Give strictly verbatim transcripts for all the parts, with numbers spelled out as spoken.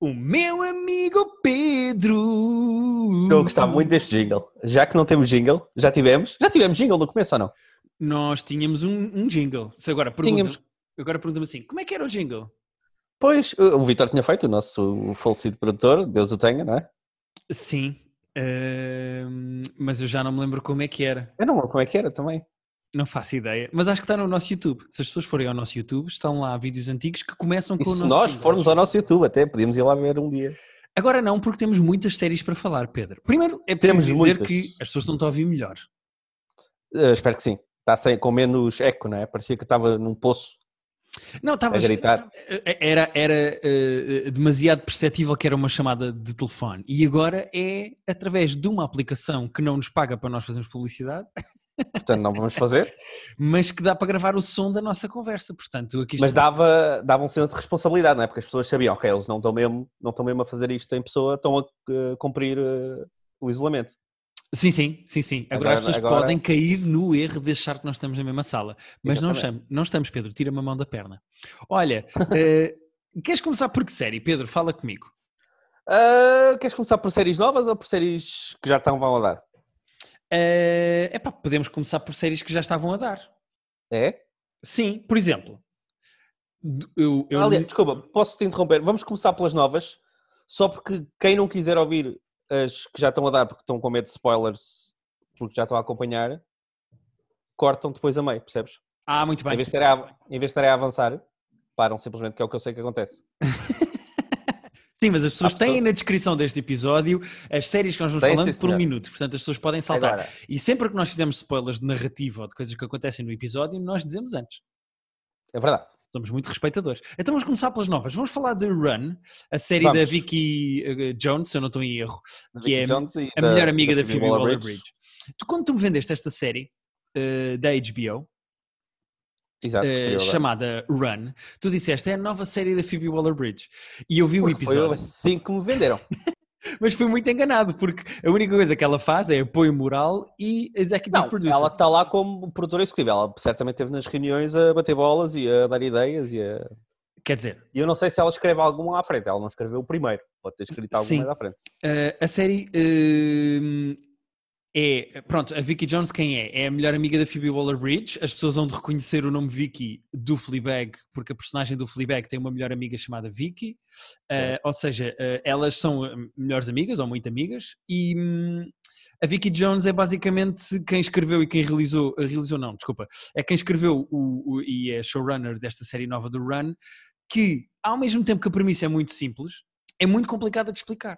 O meu amigo Pedro. Eu gostava muito deste jingle. Já que não temos jingle, já tivemos? Já tivemos jingle no começo ou não? Nós tínhamos um, um jingle. Se agora perguntam, Tínhamos. agora perguntam-me assim, como é que era o jingle? Pois, o Vitor tinha feito, o nosso falecido produtor, Deus o tenha, não é? Sim, uh, mas eu já não me lembro como é que era. Eu não, como é que era também? Não faço ideia, mas acho que está no nosso YouTube. Se as pessoas forem ao nosso YouTube, estão lá vídeos antigos que começam E com o se nosso nós jingle. formos ao nosso YouTube, até podíamos ir lá ver um dia. Agora não, porque temos muitas séries para falar, Pedro. Primeiro é preciso Temos dizer muitas. que as pessoas estão a ouvir melhor. Uh, espero que sim. Está sem, com menos eco, não é? Parecia que estava num poço. Não, estava a gritar. Era, era uh, demasiado perceptível que era uma chamada de telefone. E agora é através de uma aplicação que não nos paga para nós fazermos publicidade. Portanto, não vamos fazer. Mas que dá para gravar o som da nossa conversa. Portanto, aqui Mas está. dava, dava um senso de responsabilidade, não é? Porque as pessoas sabiam, ok, eles não estão mesmo, não estão mesmo a fazer isto em pessoa, estão a uh, cumprir uh, o isolamento. Sim, sim, sim, sim. Agora, agora as pessoas agora... podem cair no erro de achar que nós estamos na mesma sala. Mas não estamos, não estamos, Pedro. Tira-me a mão da perna. Olha, uh, queres começar por que série, Pedro? Fala comigo. Uh, queres começar por séries novas ou por séries que já estavam a dar? Uh, epá, podemos começar por séries que já estavam a dar. É? Sim, por exemplo. Eu, eu Aliás, não... Desculpa, posso te interromper? Vamos começar pelas novas, só porque quem não quiser ouvir as que já estão a dar porque estão com medo de spoilers, porque já estão a acompanhar, cortam depois a meio, percebes? Ah, muito bem. Em vez de estarem a, em vez de estarem a avançar, param simplesmente, que é o que eu sei que acontece. Sim, mas as pessoas pessoa... têm na descrição deste episódio as séries que nós vamos Tem, falando sim, por um minuto, portanto as pessoas podem saltar. Agora. E sempre que nós fizermos spoilers de narrativa ou de coisas que acontecem no episódio, nós dizemos antes. É verdade. Somos muito respeitadores. Então vamos começar pelas novas. Vamos falar de Run, a série vamos. da Vicky Jones, se eu não estou em erro, da que Vicky é a da, melhor amiga da, da Phoebe Waller-Bridge. Tu, quando tu me vendeste esta série uh, da H B O, Exato, uh, chamada Run, tu disseste, é a nova série da Phoebe Waller-Bridge. E eu vi o episódio. Foi assim que me venderam. Mas fui muito enganado, porque a única coisa que ela faz é apoio moral e executive não, producer. Ela está lá como produtora executiva. Ela certamente esteve nas reuniões a bater bolas e a dar ideias e a... Quer dizer... E eu não sei se ela escreve alguma à frente. Ela não escreveu o primeiro. Pode ter escrito alguma mais à frente. Uh, a série uh, é... Pronto, a Vicky Jones quem é? É a melhor amiga da Phoebe Waller-Bridge. As pessoas vão de reconhecer o nome Vicky do Fleabag, porque a personagem do Fleabag tem uma melhor amiga chamada Vicky. Uh, ou seja, uh, elas são melhores amigas, ou muito amigas. E... Um, a Vicky Jones é basicamente quem escreveu e quem realizou, realizou não, desculpa, é quem escreveu o, o, e é showrunner desta série nova do Run, que ao mesmo tempo que a premissa é muito simples, é muito complicada de explicar.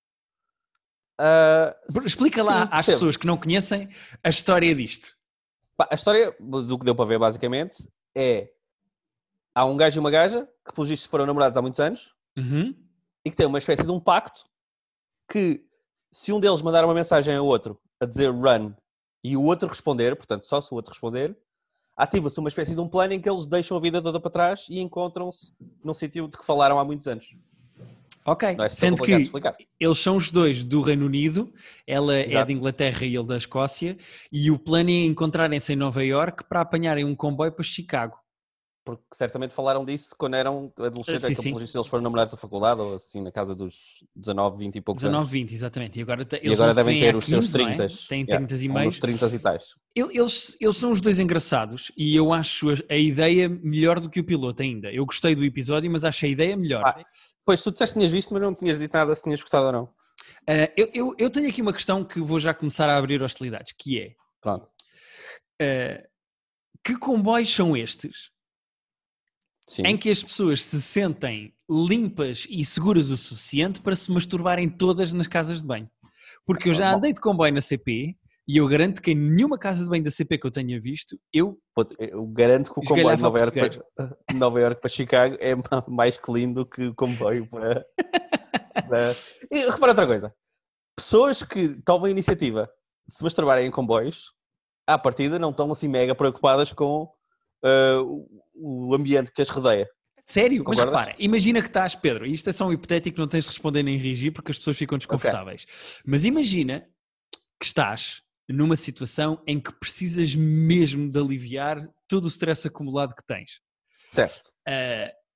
Uh, Explica sim, lá às percebo. pessoas que não conhecem a história disto. A história, do que deu para ver basicamente, é há um gajo e uma gaja que pelos vistos foram namorados há muitos anos uhum. e que têm uma espécie de um pacto que se um deles mandar uma mensagem ao outro a dizer run e o outro responder, portanto só se o outro responder, ativa-se uma espécie de um plano em que eles deixam a vida toda para trás e encontram-se num sítio de que falaram há muitos anos. Ok, é sendo que eles são os dois do Reino Unido, ela Exato. é de Inglaterra e ele da Escócia, e o plano é encontrarem-se em Nova Iorque para apanharem um comboio para Chicago. Porque certamente falaram disso quando eram adolescentes, sim, é sim. que eles foram namorados da faculdade ou assim, na casa dos dezanove, vinte e poucos dezanove, anos. vinte, exatamente. E agora, e agora devem ter os seus quinze, trinta. É? Têm trinta yeah, e meios. Uns trinta e tais. Eles, eles são os dois engraçados e eu acho a, a ideia melhor do que o piloto ainda. Eu gostei do episódio, mas acho a ideia melhor. Ah, pois, tu disseste que tinhas visto, mas não tinhas dito nada se tinhas gostado ou não. Uh, eu, eu, eu tenho aqui uma questão que vou já começar a abrir hostilidades, que é... Pronto. Uh, que comboios são estes? Sim. Em que as pessoas se sentem limpas e seguras o suficiente para se masturbarem todas nas casas de banho. Porque eu já andei de comboio na C P e eu garanto que em nenhuma casa de banho da C P que eu tenha visto, eu... Eu garanto que o comboio de Nova Iorque para, Nova Iorque para Chicago é mais que lindo que o comboio para... para... E repara outra coisa. Pessoas que tomam a iniciativa de se masturbarem em comboios, à partida não estão assim mega preocupadas com... Uh, o ambiente que as rodeia. Sério? Concordas? Mas repara, imagina que estás, Pedro, isto é só um hipotético, não tens de responder nem reagir porque as pessoas ficam desconfortáveis. Okay. Mas imagina que estás numa situação em que precisas mesmo de aliviar todo o stress acumulado que tens. Certo. Uh,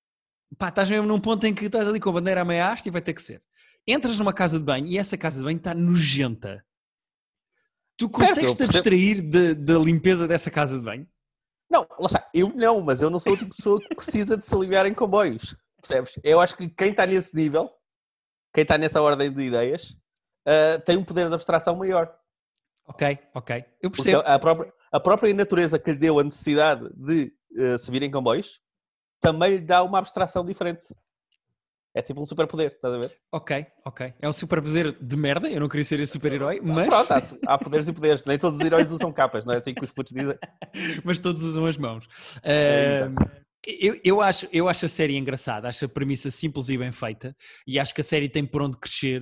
pá, estás mesmo num ponto em que estás ali com a bandeira a meia haste e vai ter que ser. Entras numa casa de banho e essa casa de banho está nojenta. Tu consegues-te abstrair de, da limpeza dessa casa de banho? Não, lá está, eu não, mas eu não sou o tipo de pessoa que precisa de se aliviar em comboios, percebes? Eu acho que quem está nesse nível, quem está nessa ordem de ideias, uh, tem um poder de abstração maior. Ok, ok, eu percebo. Porque a própria, a própria natureza que lhe deu a necessidade de uh, se vir em comboios, também lhe dá uma abstração diferente. É tipo um superpoder, estás a ver? Ok, ok. É um superpoder de merda, eu não queria ser esse super-herói, mas... Pronto, há, há poderes e poderes. Nem todos os heróis usam capas, não é assim que os putos dizem? Mas todos usam as mãos. É, Uh, eu, eu, acho, eu acho a série engraçada, acho a premissa simples e bem feita, e acho que a série tem por onde crescer.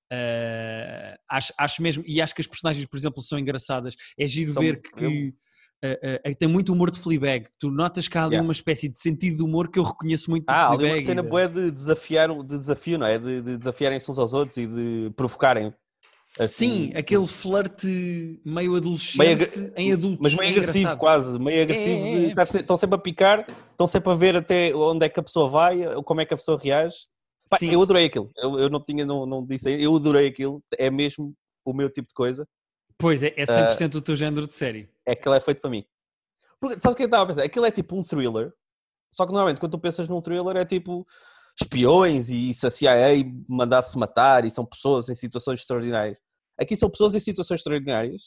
Uh, acho, acho mesmo, e acho que as personagens, por exemplo, são engraçadas. É giro São, ver que... Uh, uh, tem muito humor de Fleabag. Tu notas que há ali yeah. uma espécie de sentido de humor que eu reconheço muito do ah, Fleabag. Ah, ali uma cena boa de desafiar, de desafio, não é? De, de desafiarem-se uns aos outros e de provocarem. Assim, Sim, aquele flerte meio adolescente meio, em adultos. Mas meio é agressivo engraçado. quase, meio agressivo. É, é, é. De estar, estão sempre a picar, estão sempre a ver até onde é que a pessoa vai, como é que a pessoa reage. Pá, eu adorei aquilo. Eu, eu não tinha, não, não disse, eu adorei aquilo. É mesmo o meu tipo de coisa. Pois, é, é cem por cento uh, o teu género de série. É que ele é feito para mim. Porque, sabe o que eu estava a pensar? Aquilo é tipo um thriller, só que normalmente quando tu pensas num thriller é tipo espiões e se a C I A mandasse matar e são pessoas em situações extraordinárias. Aqui são pessoas em situações extraordinárias,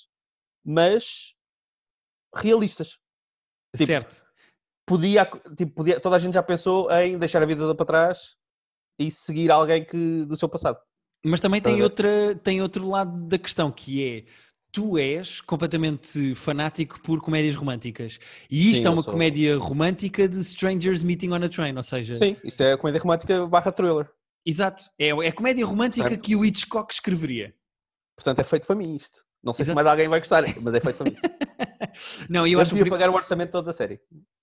mas realistas. Tipo, certo. Podia, tipo, podia, toda a gente já pensou em deixar a vida para trás e seguir alguém que, do seu passado. Mas também tem, outra, tem outro lado da questão, que é... Tu és completamente fanático por comédias românticas. E isto Sim, é uma sou... comédia romântica de Strangers Meeting on a Train, ou seja... Sim, isto é a comédia romântica barra thriller. Exato. É, é a comédia romântica Portanto, que o Hitchcock escreveria. Portanto, é feito para mim isto. Não sei Exato. Se mais alguém vai gostar, mas é feito para mim. Não, eu, eu acho devia que... pagar o orçamento todo da série.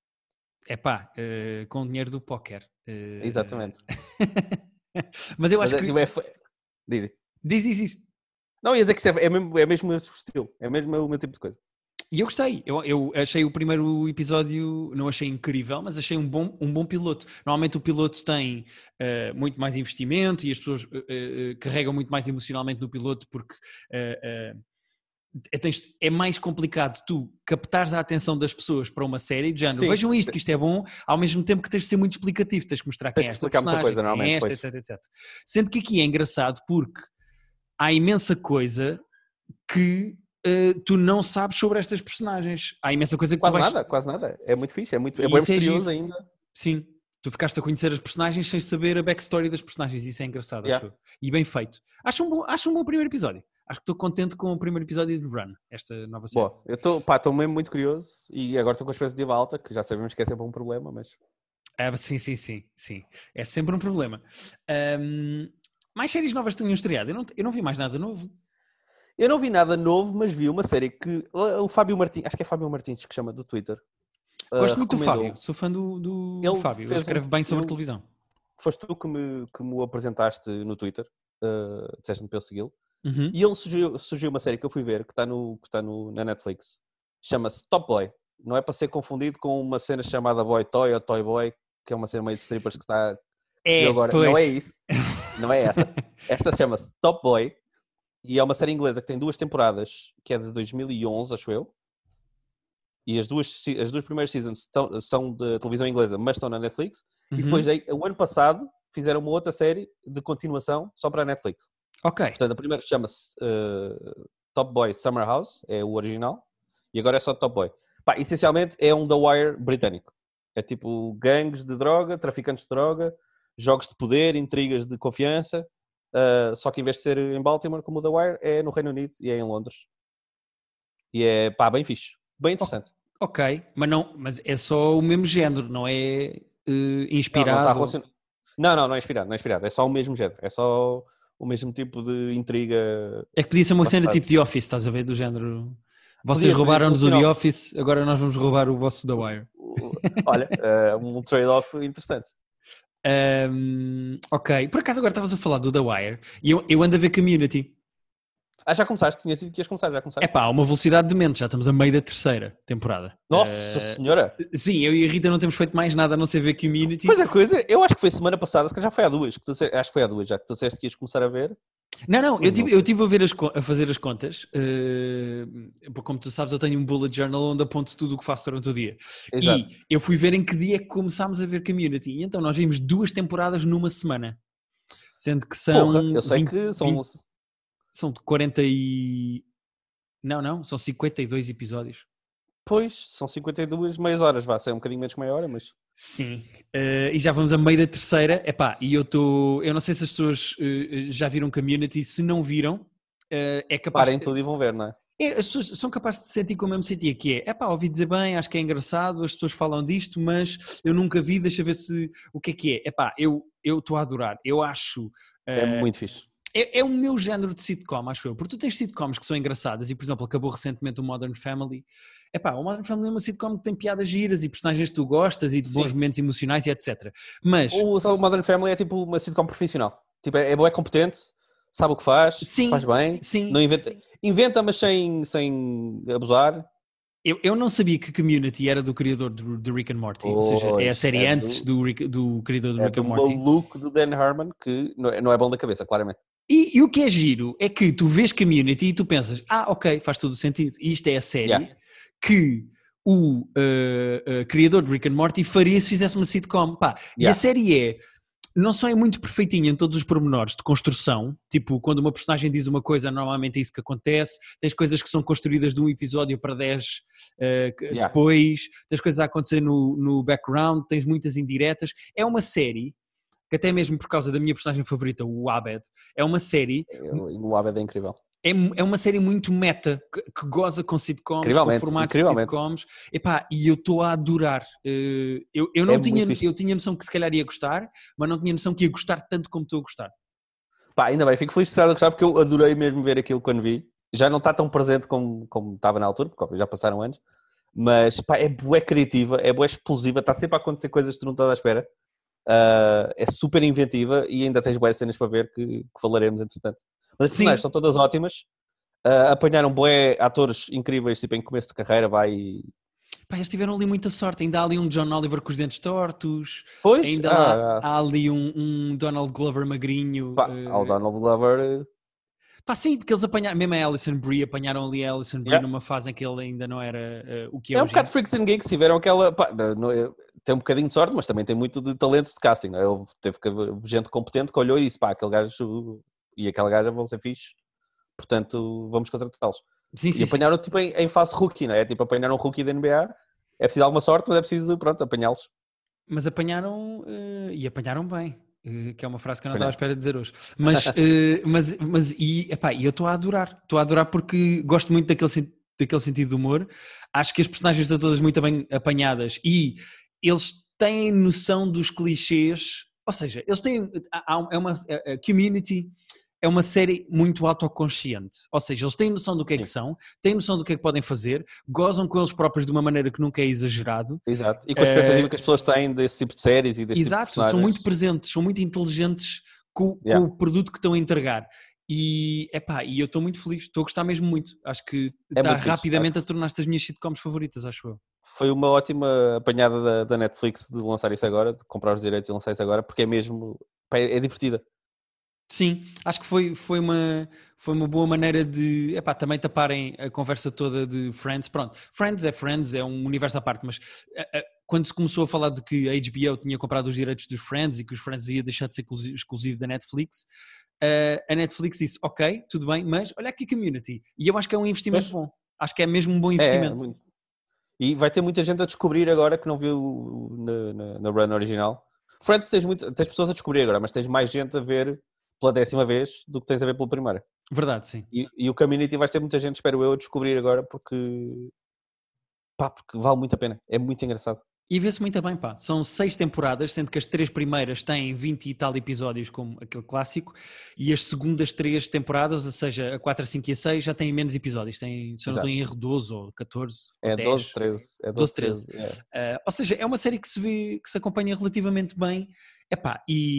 É pá, uh, com o dinheiro do póquer. Uh... Exatamente. mas eu mas acho é, que... É... Diz. Diz, diz, diz. Não, ia dizer que é mesmo, é mesmo o meu estilo, é mesmo o meu tipo de coisa. E eu gostei, eu, eu achei o primeiro episódio, não achei incrível, mas achei um bom, um bom piloto. Normalmente o piloto tem uh, muito mais investimento e as pessoas uh, uh, carregam muito mais emocionalmente no piloto porque uh, uh, tens, é mais complicado tu captares a atenção das pessoas para uma série de género. Sim. Vejam isto, que isto é bom, ao mesmo tempo que tens de ser muito explicativo, tens que mostrar quem tens é esta personagem, coisa, quem é esta, etc, etcétera. Sendo que aqui é engraçado porque há imensa coisa que uh, tu não sabes sobre estas personagens. Há imensa coisa que quase tu vais... nada, quase nada. É muito fixe, é muito é bem misterioso é ainda. Sim, tu ficaste a conhecer as personagens sem saber a backstory das personagens. Isso é engraçado, yeah. acho eu. E bem feito. Acho um, bom, acho um bom primeiro episódio. Acho que estou contente com o primeiro episódio de Run, esta nova série. Boa, eu estou mesmo muito curioso e agora estou com a expectativa alta, que já sabemos que é sempre um problema, mas... Ah, sim, sim, sim, sim. É sempre um problema. Um... Mais séries novas tinham estreado? Eu não, eu não vi mais nada novo. Eu não vi nada novo, mas vi uma série que o Fábio Martins, acho que é Fábio Martins que chama do Twitter. Gosto uh, muito do Fábio, sou fã do, do ele Fábio, ele escreve um, bem sobre ele, televisão. Foste tu que me, que me apresentaste no Twitter, uh, disseste-me para eu segui-lo, uhum. E ele sugeriu, sugeriu uma série que eu fui ver, que está, no, que está no, na Netflix, chama-se Top Boy. Não é para ser confundido com uma cena chamada Boy Toy ou Toy Boy, que é uma cena meio de strippers que está... É, agora. Pois. Não é isso. Não é essa. Esta chama-se Top Boy e é uma série inglesa que tem duas temporadas, que é de dois mil e onze, acho eu. E as duas, as duas primeiras seasons estão, são de televisão inglesa, mas estão na Netflix. Uhum. E depois, o ano passado, fizeram uma outra série de continuação só para a Netflix. Ok. Portanto, a primeira chama-se uh, Top Boy Summer House, é o original. E agora é só Top Boy. Pá, essencialmente é um The Wire britânico. É tipo gangues de droga, traficantes de droga, jogos de poder, intrigas de confiança, uh, só que em vez de ser em Baltimore, como o The Wire, é no Reino Unido e é em Londres. E é, pá, bem fixe. Bem interessante. Ok, mas, não, mas é só o mesmo género, não é uh, inspirado? Não, não, relacion... não, não, não é inspirado, não é inspirado. É só o mesmo género. É só o mesmo tipo de intriga. É que podia ser uma cena tipo The Office, estás a ver? Do género... Vocês roubaram-nos o The Office, agora nós vamos roubar o vosso The Wire. Olha, uh, um trade-off interessante. Um, ok, por acaso agora estavas a falar do The Wire e eu, eu ando a ver Community. Ah, já começaste? Tinha sido que ias começar, já começaste? É pá, uma velocidade de mente, já estamos a meio da terceira temporada. Nossa uh, senhora! Sim, eu e a Rita não temos feito mais nada a não ser ver Community. Pois é, coisa, eu acho que foi semana passada, se calhar já foi há duas, que tu, acho que foi há duas, já que tu disseste que ias começar a ver. Não, não, eu tive, eu tive a, ver as, a fazer as contas, uh, como tu sabes eu tenho um bullet journal onde aponto tudo o que faço durante o dia. Exato. E eu fui ver em que dia que começámos a ver Community, e então nós vimos duas temporadas numa semana. Sendo que são... Porra, eu sei vinte, que são... vinte, são de quarenta e... Não, não, são cinquenta e dois episódios. Pois, são cinquenta e duas meias horas, vá, sei um bocadinho menos que meia hora, mas... Sim, uh, e já vamos a meio da terceira, epá, e eu estou... Eu não sei se as pessoas uh, já viram Community, se não viram, uh, é capaz... Parem tudo e vão ver, não é? é? As pessoas são capazes de sentir como eu me sentia, que é, epá, ouvi dizer bem, acho que é engraçado, as pessoas falam disto, mas eu nunca vi, deixa ver se... O que é que é? Epá, eu estou a adorar, eu acho... Uh, é muito fixe. É, é o meu género de sitcom, acho eu, porque tu tens sitcoms que são engraçadas e, por exemplo, acabou recentemente o Modern Family. Epá, o Modern Family é uma sitcom que tem piadas giras e personagens que tu gostas e de bons Sim. momentos emocionais e etcétera. Mas... O, o Modern Family é tipo uma sitcom profissional. Tipo, é, é competente, sabe o que faz, sim, faz bem, sim. Não inventa, inventa mas sem, sem abusar. Eu, eu não sabia que Community era do criador do, do Rick and Morty, oh, ou seja, é a série é antes do, do, Rick, do criador do é Rick and do Morty. É o maluco do Dan Harmon, que não é, não é bom da cabeça, claramente. E, e o que é giro é que tu vês Community e tu pensas, ah, ok, faz todo o sentido. E isto é a série yeah. que o uh, uh, criador de Rick and Morty faria se fizesse uma sitcom. Pá, yeah. E a série é, não só é muito perfeitinha em todos os pormenores de construção, tipo, quando uma personagem diz uma coisa, normalmente é isso que acontece, tens coisas que são construídas de um episódio para dez uh, yeah. depois, tens coisas a acontecer no, no background, tens muitas indiretas. É uma série que até mesmo por causa da minha personagem favorita, o Abed, é uma série... O Abed é incrível. É, é uma série muito meta, que, que goza com sitcoms, com formatos de sitcoms, epá, e eu estou a adorar. Uh, eu, eu não é tinha, eu tinha noção que se calhar ia gostar, mas não tinha noção que ia gostar tanto como estou a gostar. Pá, ainda bem, fico feliz de estar a gostar porque eu adorei mesmo ver aquilo quando vi. Já não está tão presente como, como estava na altura, porque já passaram anos, mas pá, é bué criativa, é bué explosiva, está sempre a acontecer coisas que tu não estás à espera. Uh, é super inventiva e ainda tens boas cenas para ver que, que falaremos entretanto. Mas as personagens são todas ótimas, uh, apanharam bué atores incríveis tipo em começo de carreira, vai e... Pá, eles tiveram ali muita sorte, ainda há ali um John Oliver com os dentes tortos, pois, ainda ah, há, há ali um, um Donald Glover magrinho. Pá, uh... ao Donald Glover... Pá, sim, porque eles apanharam, mesmo a Alison Brie, apanharam ali a Alison Brie yeah. numa fase em que ele ainda não era uh, o que é, é hoje. um bocado Freaks and Geeks, tiveram aquela... Pá, não, tem um bocadinho de sorte, mas também tem muito de talento de casting. Não é? Ele teve gente competente que olhou e disse, pá, aquele gajo e aquela gaja vão ser fixe, portanto vamos contratá-los. Sim, e sim, apanharam sim. tipo em, em fase rookie, não é? Tipo, apanharam um rookie da N B A, é preciso alguma sorte, mas é preciso, pronto, apanhá-los. Mas apanharam, uh, e apanharam bem. Uh, que é uma frase que eu não estava à espera de dizer hoje. Mas, uh, mas, mas e, epá, eu estou a adorar. Estou a adorar porque gosto muito daquele, daquele sentido de humor. Acho que as personagens estão todas muito bem apanhadas e eles têm noção dos clichês. Ou seja, eles têm... Há, é uma a Community é uma série muito autoconsciente. Ou seja, eles têm noção do que é Sim. que são, têm noção do que é que podem fazer, gozam com eles próprios de uma maneira que nunca é exagerado. Exato. E com a expectativa uh, que as pessoas têm desse tipo de séries e desse exato, tipo de personagens. São muito presentes, são muito inteligentes com, yeah. com o produto que estão a entregar. E, epá, e eu estou muito feliz, estou a gostar mesmo muito. Acho que é está rapidamente acho... a tornar-se das minhas sitcoms favoritas, acho eu. Foi uma ótima apanhada da, da Netflix de lançar isso agora, de comprar os direitos e lançar isso agora, porque é mesmo, pá, é, é divertida. Sim, acho que foi, foi, uma, foi uma boa maneira de, epá, também taparem a conversa toda de Friends. Pronto, Friends é Friends, é um universo à parte, mas a, a, quando se começou a falar de que a H B O tinha comprado os direitos dos Friends e que os Friends ia deixar de ser exclusivo da Netflix, uh, a Netflix disse, ok, tudo bem, mas olha aqui a Community. E eu acho que é um investimento mas, bom. Acho que é mesmo um bom investimento. É, é, e vai ter muita gente a descobrir agora que não viu na, na, na run original. Friends tens, muito, tens pessoas a descobrir agora, mas tens mais gente a ver pela décima vez do que tens a ver pela primeira. Verdade, sim. E, e o Community vais ter muita gente, espero eu, a descobrir agora porque... Pá, porque vale muito a pena. É muito engraçado. E vê-se muito bem, pá. São seis temporadas, sendo que as três primeiras têm vinte e tal episódios, como aquele clássico, e as segundas três temporadas, ou seja, a quatro, a cinco e a seis, já têm menos episódios. Têm, se eu não estou em erro, doze ou catorze. É ou dez. doze, treze. É doze, treze. É. Uh, ou seja, é uma série que se vê, que se acompanha relativamente bem. Epá, e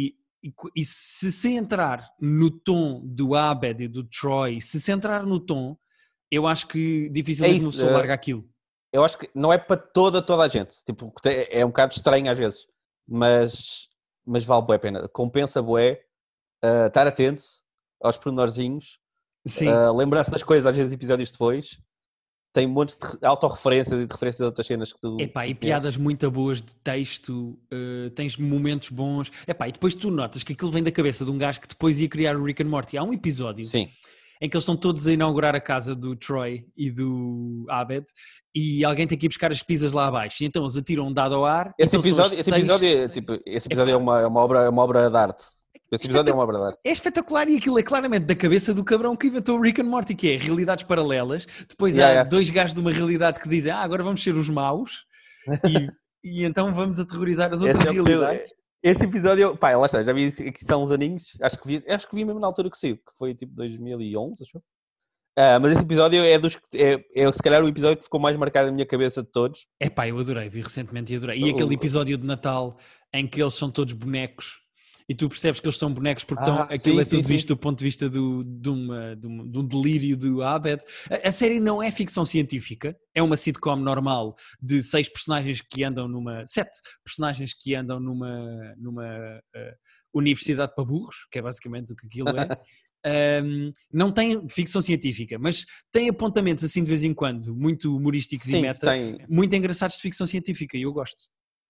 e, e se se entrar no tom do Abed e do Troy, se se entrar no tom, eu acho que dificilmente é uma pessoa uh, larga aquilo. Eu acho que não é para toda, toda a gente. Tipo, é um bocado estranho às vezes. Mas, mas vale bué a pena. Compensa bué uh, estar atento aos pormenorzinhos. Uh, lembrar-se das coisas às vezes episódios depois. Tem um monte de autorreferências e de referências a outras cenas que tu... Epá, tu e piadas muito boas de texto, uh, tens momentos bons. Epá, e depois tu notas que aquilo vem da cabeça de um gajo que depois ia criar o Rick and Morty. Há um episódio Sim. em que eles estão todos a inaugurar a casa do Troy e do Abed e alguém tem que ir buscar as pizzas lá abaixo. E então eles atiram um dado ao ar. Esse então episódio, esse seis... episódio, é, tipo, esse episódio é, uma, é, uma obra, é uma obra de arte. Esse episódio é uma obra de arte. É espetacular e aquilo é claramente da cabeça do cabrão que inventou o Rick and Morty, que é realidades paralelas. Depois yeah, há yeah. dois gajos de uma realidade que dizem, ah, agora vamos ser os maus e, e então vamos aterrorizar as outras esse realidades. É, esse episódio, pá, lá está, já vi aqui são uns aninhos, acho que vi, acho que vi mesmo na altura que saiu, que foi tipo dois mil e onze, acho. Uh, mas esse episódio é dos é, é se calhar o episódio que ficou mais marcado na minha cabeça de todos. É pá, eu adorei, vi recentemente e adorei. E o... aquele episódio de Natal em que eles são todos bonecos e tu percebes que eles são bonecos porque ah, estão, sim, aquilo é tudo sim, visto sim. do ponto de vista do, de, uma, de, um, de um delírio do Abed. A, a série não é ficção científica, é uma sitcom normal de seis personagens que andam numa... Sete personagens que andam numa, numa uh, universidade para burros, que é basicamente o que aquilo é. um, não tem ficção científica, mas tem apontamentos assim de vez em quando, muito humorísticos e meta, tem... muito engraçados de ficção científica e eu gosto.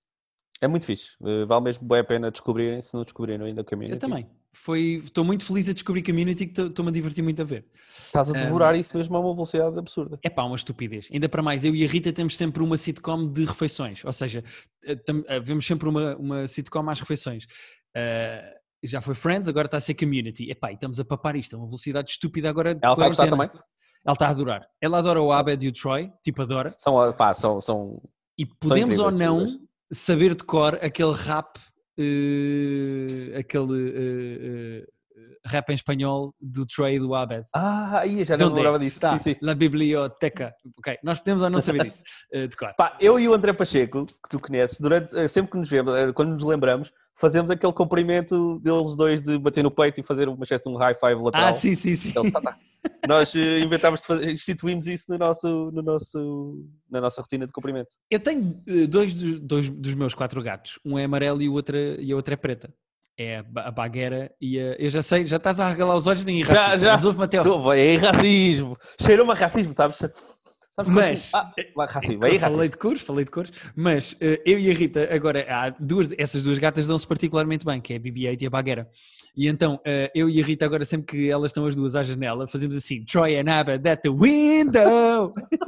É muito fixe. Uh, vale mesmo bem a pena descobrirem, se não descobriram ainda o Community. Eu também. Foi, estou muito feliz a descobrir Community, que estou-me a divertir muito a ver. Estás a devorar um, isso mesmo a uma velocidade absurda. É pá, uma estupidez. Ainda para mais, eu e a Rita temos sempre uma sitcom de refeições. Ou seja, tam, vemos sempre uma, uma sitcom às refeições. Uh, já foi Friends, agora está a ser Community. Epá, e estamos a papar isto a uma velocidade estúpida agora de Ela está a gostar também? Ela está a adorar. Ela adora o Abed e o Troy, tipo adora. São, pá, são, são... E podemos são ou não saber de cor aquele rap, uh, aquele uh, uh, rap em espanhol do Troy e do Abed. Ah, aí já não me lembrava disso. Está, sim, sim. La biblioteca. Ok, nós podemos ou não saber isso, uh, de cor. Pá, eu e o André Pacheco, que tu conheces, durante, sempre que nos vemos, quando nos lembramos, fazemos aquele cumprimento deles dois de bater no peito e fazer uma espécie de um high five lateral. Ah, sim, sim, sim. Então, tá, tá. Nós uh, inventámos de fazer, instituímos isso no nosso, no nosso, na nossa rotina de cumprimento. Eu tenho uh, dois, do, dois dos meus quatro gatos. Um é amarelo e, o outro, e a outra é preta. É a, a bagueira e a... Eu já sei, já estás a arregalar os olhos nem racismo. Já, já. Mas ouve-me até ao... Estou bem, é racismo. Cheirou-me a racismo, sabes? Sabes mas, ah, racismo, é falei de cores, falei de cores, mas uh, eu e a Rita, agora, há duas, essas duas gatas dão-se particularmente bem, que é a B B oito e a Bagueira. E então, uh, eu e a Rita, agora sempre que elas estão as duas à janela, fazemos assim, Troy and Abed at the window!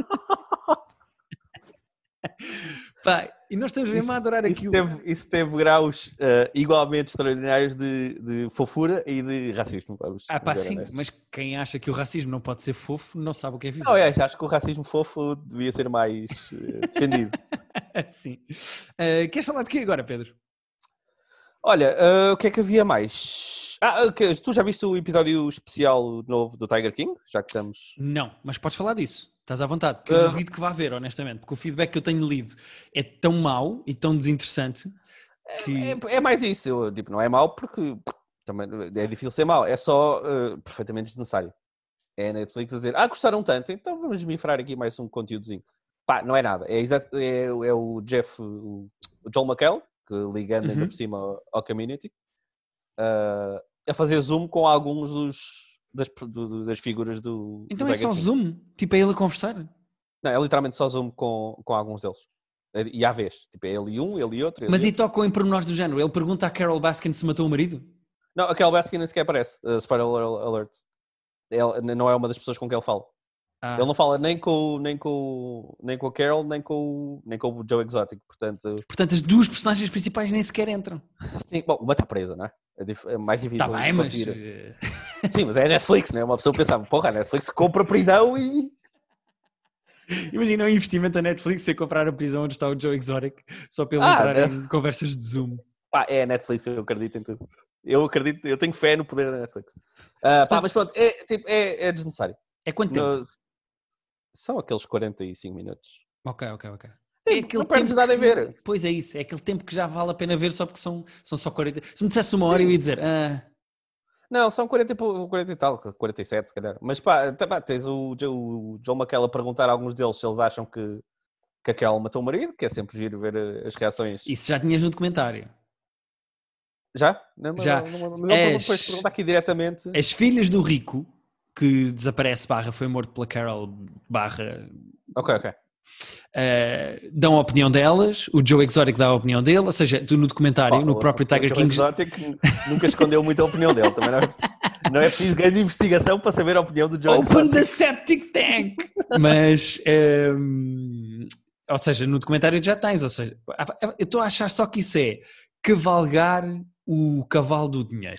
Pá, e nós estamos mesmo isso, a adorar isso aquilo. Teve, isso teve graus uh, igualmente extraordinários de, de fofura e de racismo. Vamos, ah pá, sim, mas quem acha que o racismo não pode ser fofo não sabe o que é viver. Não, é, acho que o racismo fofo devia ser mais uh, defendido. Sim. Uh, queres falar de quê agora, Pedro? Olha, uh, o que é que havia mais? Ah, okay, tu já viste o episódio especial novo do Tiger King? Já que estamos... Não, mas podes falar disso. Estás à vontade, porque eu uh... duvido que vá haver, honestamente, porque o feedback que eu tenho lido é tão mau e tão desinteressante que... É, é mais isso, eu, tipo, não é mau porque também é difícil ser mau, é só uh, perfeitamente desnecessário. É a Netflix a dizer, ah, gostaram tanto, então vamos mifrar aqui mais um conteúdozinho. Pá, não é nada, é, é, é o Jeff, o, o Joel McHale, que ligando ainda uhum. por cima ao, ao Community, uh, a fazer zoom com alguns dos... Das, das figuras do... Então do é só King. Zoom? Tipo, é ele a conversar? Não, é literalmente só zoom com, com alguns deles. E à vez. Tipo, é ele e um, ele e outro. Ele Mas e, e tocam em pormenores do género? Ele pergunta a Carol Baskin se matou o marido? Não, a Carol Baskin nem sequer aparece. Uh, spoiler alert. Ele não é uma das pessoas com quem ele fala. Ah. Ele não fala nem com, nem, com, nem com a Carol, nem com, nem com o Joe Exotic. Portanto... Portanto, as duas personagens principais nem sequer entram. Sim, bom, uma está presa, não é? É, dif- é mais difícil tá de bem, conseguir. Mas... Sim, mas é a Netflix, não é? Uma pessoa pensava, porra, a Netflix compra a prisão e... Imagina o investimento da Netflix se comprar a prisão onde está o Joe Exotic só para ele ah, entrar é... em conversas de Zoom. Pá, é a Netflix, eu acredito em tudo. Eu acredito, eu tenho fé no poder da Netflix. Uh, pá, mas pronto, é, tipo, é, é desnecessário. É quanto tempo? No... São aqueles quarenta e cinco minutos. Ok, ok, ok. É aquele não perdes nada que, a ver. Pois é isso, é aquele tempo que já vale a pena ver só porque são, são só quarenta. Se me dissesse uma hora Sim. eu ia dizer... Ah... Não, são quarenta e, quarenta e tal, quarenta e sete se calhar. Mas pá, pá tens o, o John McKell a perguntar a alguns deles se eles acham que, que aquela matou o marido, que é sempre giro ver as reações. Isso já tinhas no documentário. Já? Não, já. Mas ele depois pergunta aqui diretamente. As filhas do rico, que desaparece barra foi morto pela Carol barra... Ok, ok. Uh, dão a opinião delas, o Joe Exotic dá a opinião dele, ou seja, tu no documentário, oh, no próprio Tiger o King... O Joe Exotic nunca escondeu muito a opinião dele, também não é, não é preciso grande investigação para saber a opinião do Joe Open Exotic. the septic tank! Mas, um, ou seja, no documentário já tens, ou seja, eu estou a achar só que isso é cavalgar o cavalo do dinheiro.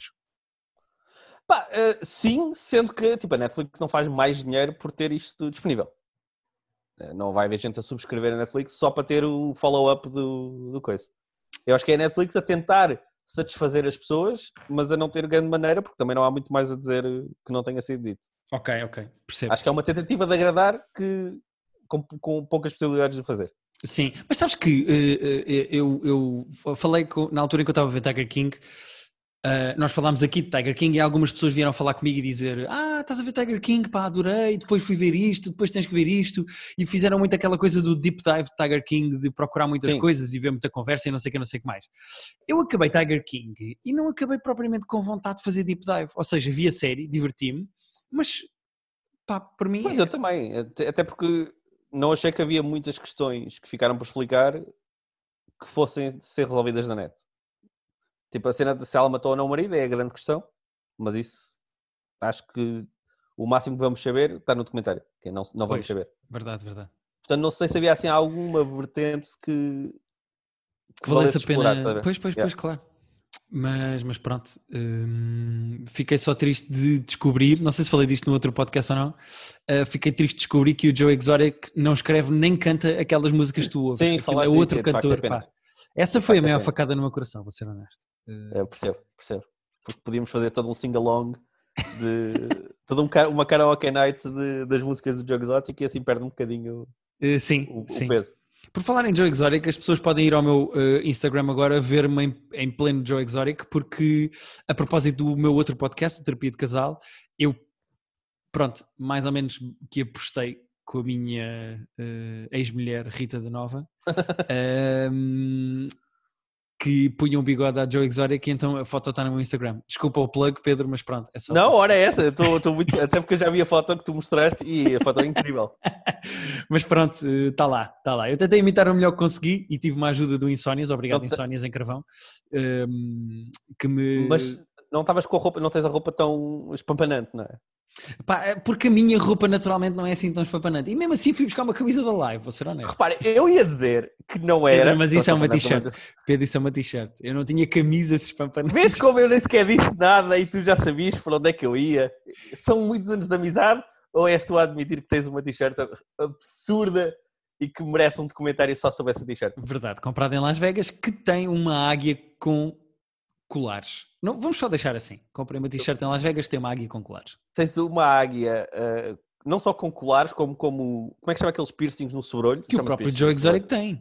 Pá, uh, sim, sendo que tipo, a Netflix não faz mais dinheiro por ter isto disponível. Não vai haver gente a subscrever a Netflix só para ter o follow-up do, do coisa. Eu acho que é a Netflix a tentar satisfazer as pessoas, mas a não ter grande maneira, porque também não há muito mais a dizer que não tenha sido dito. Ok, ok, percebo. Acho que é uma tentativa de agradar que, com, com poucas possibilidades de fazer. Sim, mas sabes que uh, eu, eu falei com, na altura em que eu estava a ver Tiger King, uh, nós falámos aqui de Tiger King e algumas pessoas vieram falar comigo e dizer ah, estás a ver Tiger King, pá, adorei, depois fui ver isto, depois tens que ver isto, e fizeram muito aquela coisa do deep dive de Tiger King, de procurar muitas Sim. coisas e ver muita conversa e não sei o que, não sei o que mais. Eu acabei Tiger King e não acabei propriamente com vontade de fazer deep dive, ou seja, vi a série, diverti-me, mas pá, para mim... Mas é... eu também, até porque não achei que havia muitas questões que ficaram por explicar que fossem ser resolvidas na net. Tipo, a cena de se ela matou ou não o marido é a grande questão, mas isso acho que o máximo que vamos saber está no documentário, que não, não vamos pois, saber. Verdade, verdade. Portanto, não sei se havia assim alguma vertente que, que, que valesse a pena. Explorar, pois, pois, yeah. pois, claro. Mas, mas pronto, hum, fiquei só triste de descobrir, não sei se falei disto no outro podcast ou não, uh, fiquei triste de descobrir que o Joe Exotic não escreve nem canta aquelas músicas que tu ouves. Sim, é outro isso, cantor. Facto, é pá. Essa foi a maior facada no meu coração, vou ser honesto. Uh... Eu percebo, percebo. Porque podíamos fazer todo um sing-along de toda um, uma karaoke night de, das músicas do Joe Exotic e assim perde um bocadinho uh, sim, o, sim. o peso. Por falar em Joe Exotic, as pessoas podem ir ao meu uh, Instagram agora ver-me em, em pleno Joe Exotic, porque a propósito do meu outro podcast, o Terapia de Casal, eu, pronto, mais ou menos que apostei com a minha uh, ex-mulher Rita da Nova, um, que punha um bigode à Joe Exotic e então a foto está no meu Instagram. Desculpa o plug, Pedro, mas pronto, é só... Não, ora é essa, eu tô, tô muito... até porque eu já vi a foto que tu mostraste e a foto é incrível. Mas pronto, está lá, está lá. Eu tentei imitar o melhor que consegui e tive uma ajuda do Insónias, obrigado não, Insónias em Carvão, um, que me... Mas não estavas com a roupa, não tens a roupa tão espampanante, não é? Pá, porque a minha roupa naturalmente não é assim tão espampanante. E mesmo assim fui buscar uma camisa da Live, vou ser honesto. Repare, eu ia dizer que não era... Pedro, mas isso é uma t-shirt. Pedro, isso é uma t-shirt. Eu não tinha camisas espampanantes. Vês como eu nem sequer disse nada e tu já sabias para onde é que eu ia? São muitos anos de amizade ou és tu a admitir que tens uma t-shirt absurda e que merece um documentário só sobre essa t-shirt? Verdade, comprada em Las Vegas, que tem uma águia com colares. Não, vamos só deixar assim. Comprei uma t-shirt em Las Vegas, tem uma águia com colares. Tens uma águia, uh, não só com colares, como, como... Como é que chama aqueles piercings no sobrolho? Que o próprio Joe Exotic tem.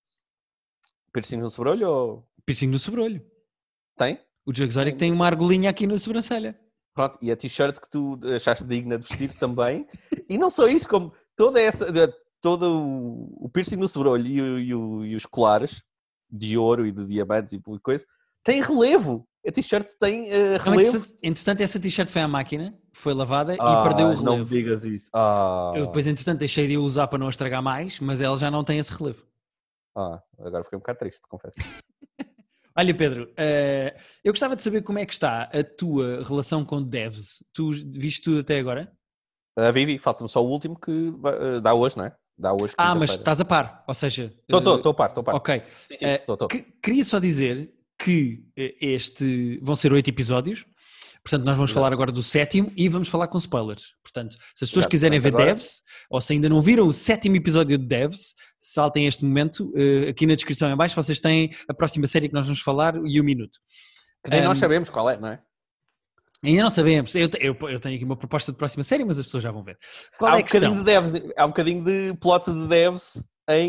Piercing no sobrolho ou... Piercing no sobrolho. Tem? O Joe Exotic tem, tem uma argolinha aqui na sobrancelha. Pronto, e a t-shirt que tu achaste digna de vestir também. E não só isso, como toda essa... Todo o, o piercing no sobrolho e, o, e, o, e os colares de ouro e de diamantes e coisa... Tem relevo. A t-shirt tem uh, relevo. Não, entretanto, essa t-shirt foi à máquina, foi lavada ah, e perdeu o relevo. Não me digas isso. Ah. Eu depois, entretanto, deixei de usar para não estragar mais, mas ela já não tem esse relevo. Ah, agora fiquei um bocado triste, confesso. Olha, Pedro, uh, eu gostava de saber como é que está a tua relação com devs. Tu viste tudo até agora? Uh, Vivi, falta-me só o último que uh, dá hoje, não é? Dá hoje. Ah, mas estás a par, ou seja... Estou uh, a par, estou a par. Ok. Sim, sim, uh, tô, tô. Que, queria só dizer que este vão ser oito episódios, portanto nós vamos Exato. falar agora do sétimo e vamos falar com spoilers. Portanto, se as pessoas Exato. quiserem ver agora... Devs, ou se ainda não viram o sétimo episódio de Devs, saltem este momento, uh, aqui na descrição em baixo vocês têm a próxima série que nós vamos falar e o minuto. Que nem um, nós sabemos qual é, não é? Ainda não sabemos. Eu, eu, eu tenho aqui uma proposta de próxima série, mas as pessoas já vão ver. Qual há é a um questão? De devs, há um bocadinho de plot de Devs em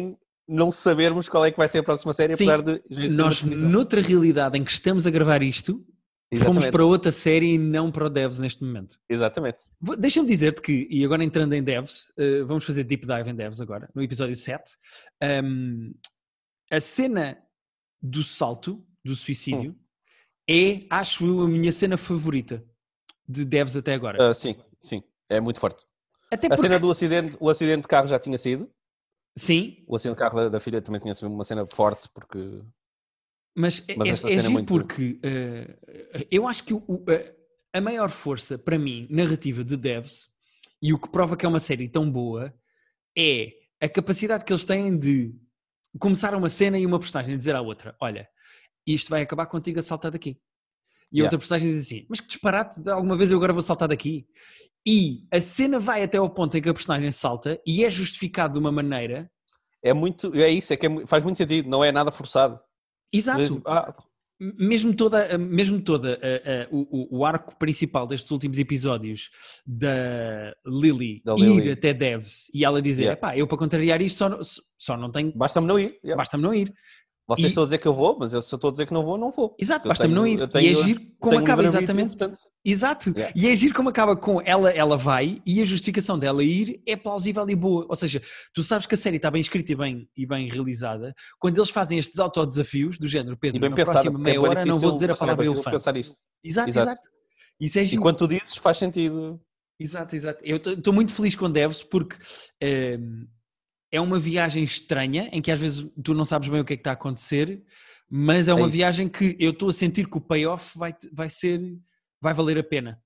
não sabermos qual é que vai ser a próxima série, Sim, apesar de... nós, noutra realidade em que estamos a gravar isto, Exatamente. Fomos para outra série e não para o Devs neste momento. Exatamente. Deixa-me dizer-te que, e agora entrando em Devs, uh, vamos fazer deep dive em Devs agora, no episódio sete, um, a cena do salto, do suicídio, hum. é, acho eu, a minha cena favorita de Devs até agora. Uh, sim, sim, é muito forte. Até a porque... cena do acidente, o acidente de carro já tinha sido. Sim. O acidente de carro da, da filha também tinha sido uma cena forte, porque... Mas, Mas é, é, é giro muito... porque uh, eu acho que o, uh, a maior força, para mim, narrativa de Devs, e o que prova que é uma série tão boa, é a capacidade que eles têm de começar uma cena e uma personagem dizer à outra, olha, isto vai acabar contigo a saltar daqui. E a yeah. outra personagem diz assim, mas que disparate, alguma vez eu agora vou saltar daqui. E a cena vai até ao ponto em que a personagem salta e é justificado de uma maneira... É muito, é isso, é que é, faz muito sentido, não é nada forçado. Exato. Ah. Mesmo toda, mesmo toda uh, uh, o, o arco principal destes últimos episódios da Lily, da Lily. ir até Devs e ela dizer, yeah. epá, eu para contrariar isto só, só não tenho... Basta-me não ir. Yeah. Basta-me não ir. Vocês e... estão a dizer que eu vou, mas eu, se eu estou a dizer que não vou, não vou. Exato, basta-me não ir. Tenho, e é giro como acaba, exatamente. Portanto... Exato. Yeah. E é giro como acaba com ela, ela vai e a justificação dela ir é plausível e boa. Ou seja, tu sabes que a série está bem escrita e bem, e bem realizada quando eles fazem estes autodesafios do género, Pedro, na pensado, próxima meia é hora não vou dizer a palavra é elefante. Exato, exato, exato. Isso é giro. E quando tu dizes faz sentido. Exato, exato. Eu estou muito feliz com Devs porque... Um, é uma viagem estranha, em que às vezes tu não sabes bem o que é que está a acontecer, mas é uma é viagem que eu estou a sentir que o payoff vai, vai ser, vai valer a pena.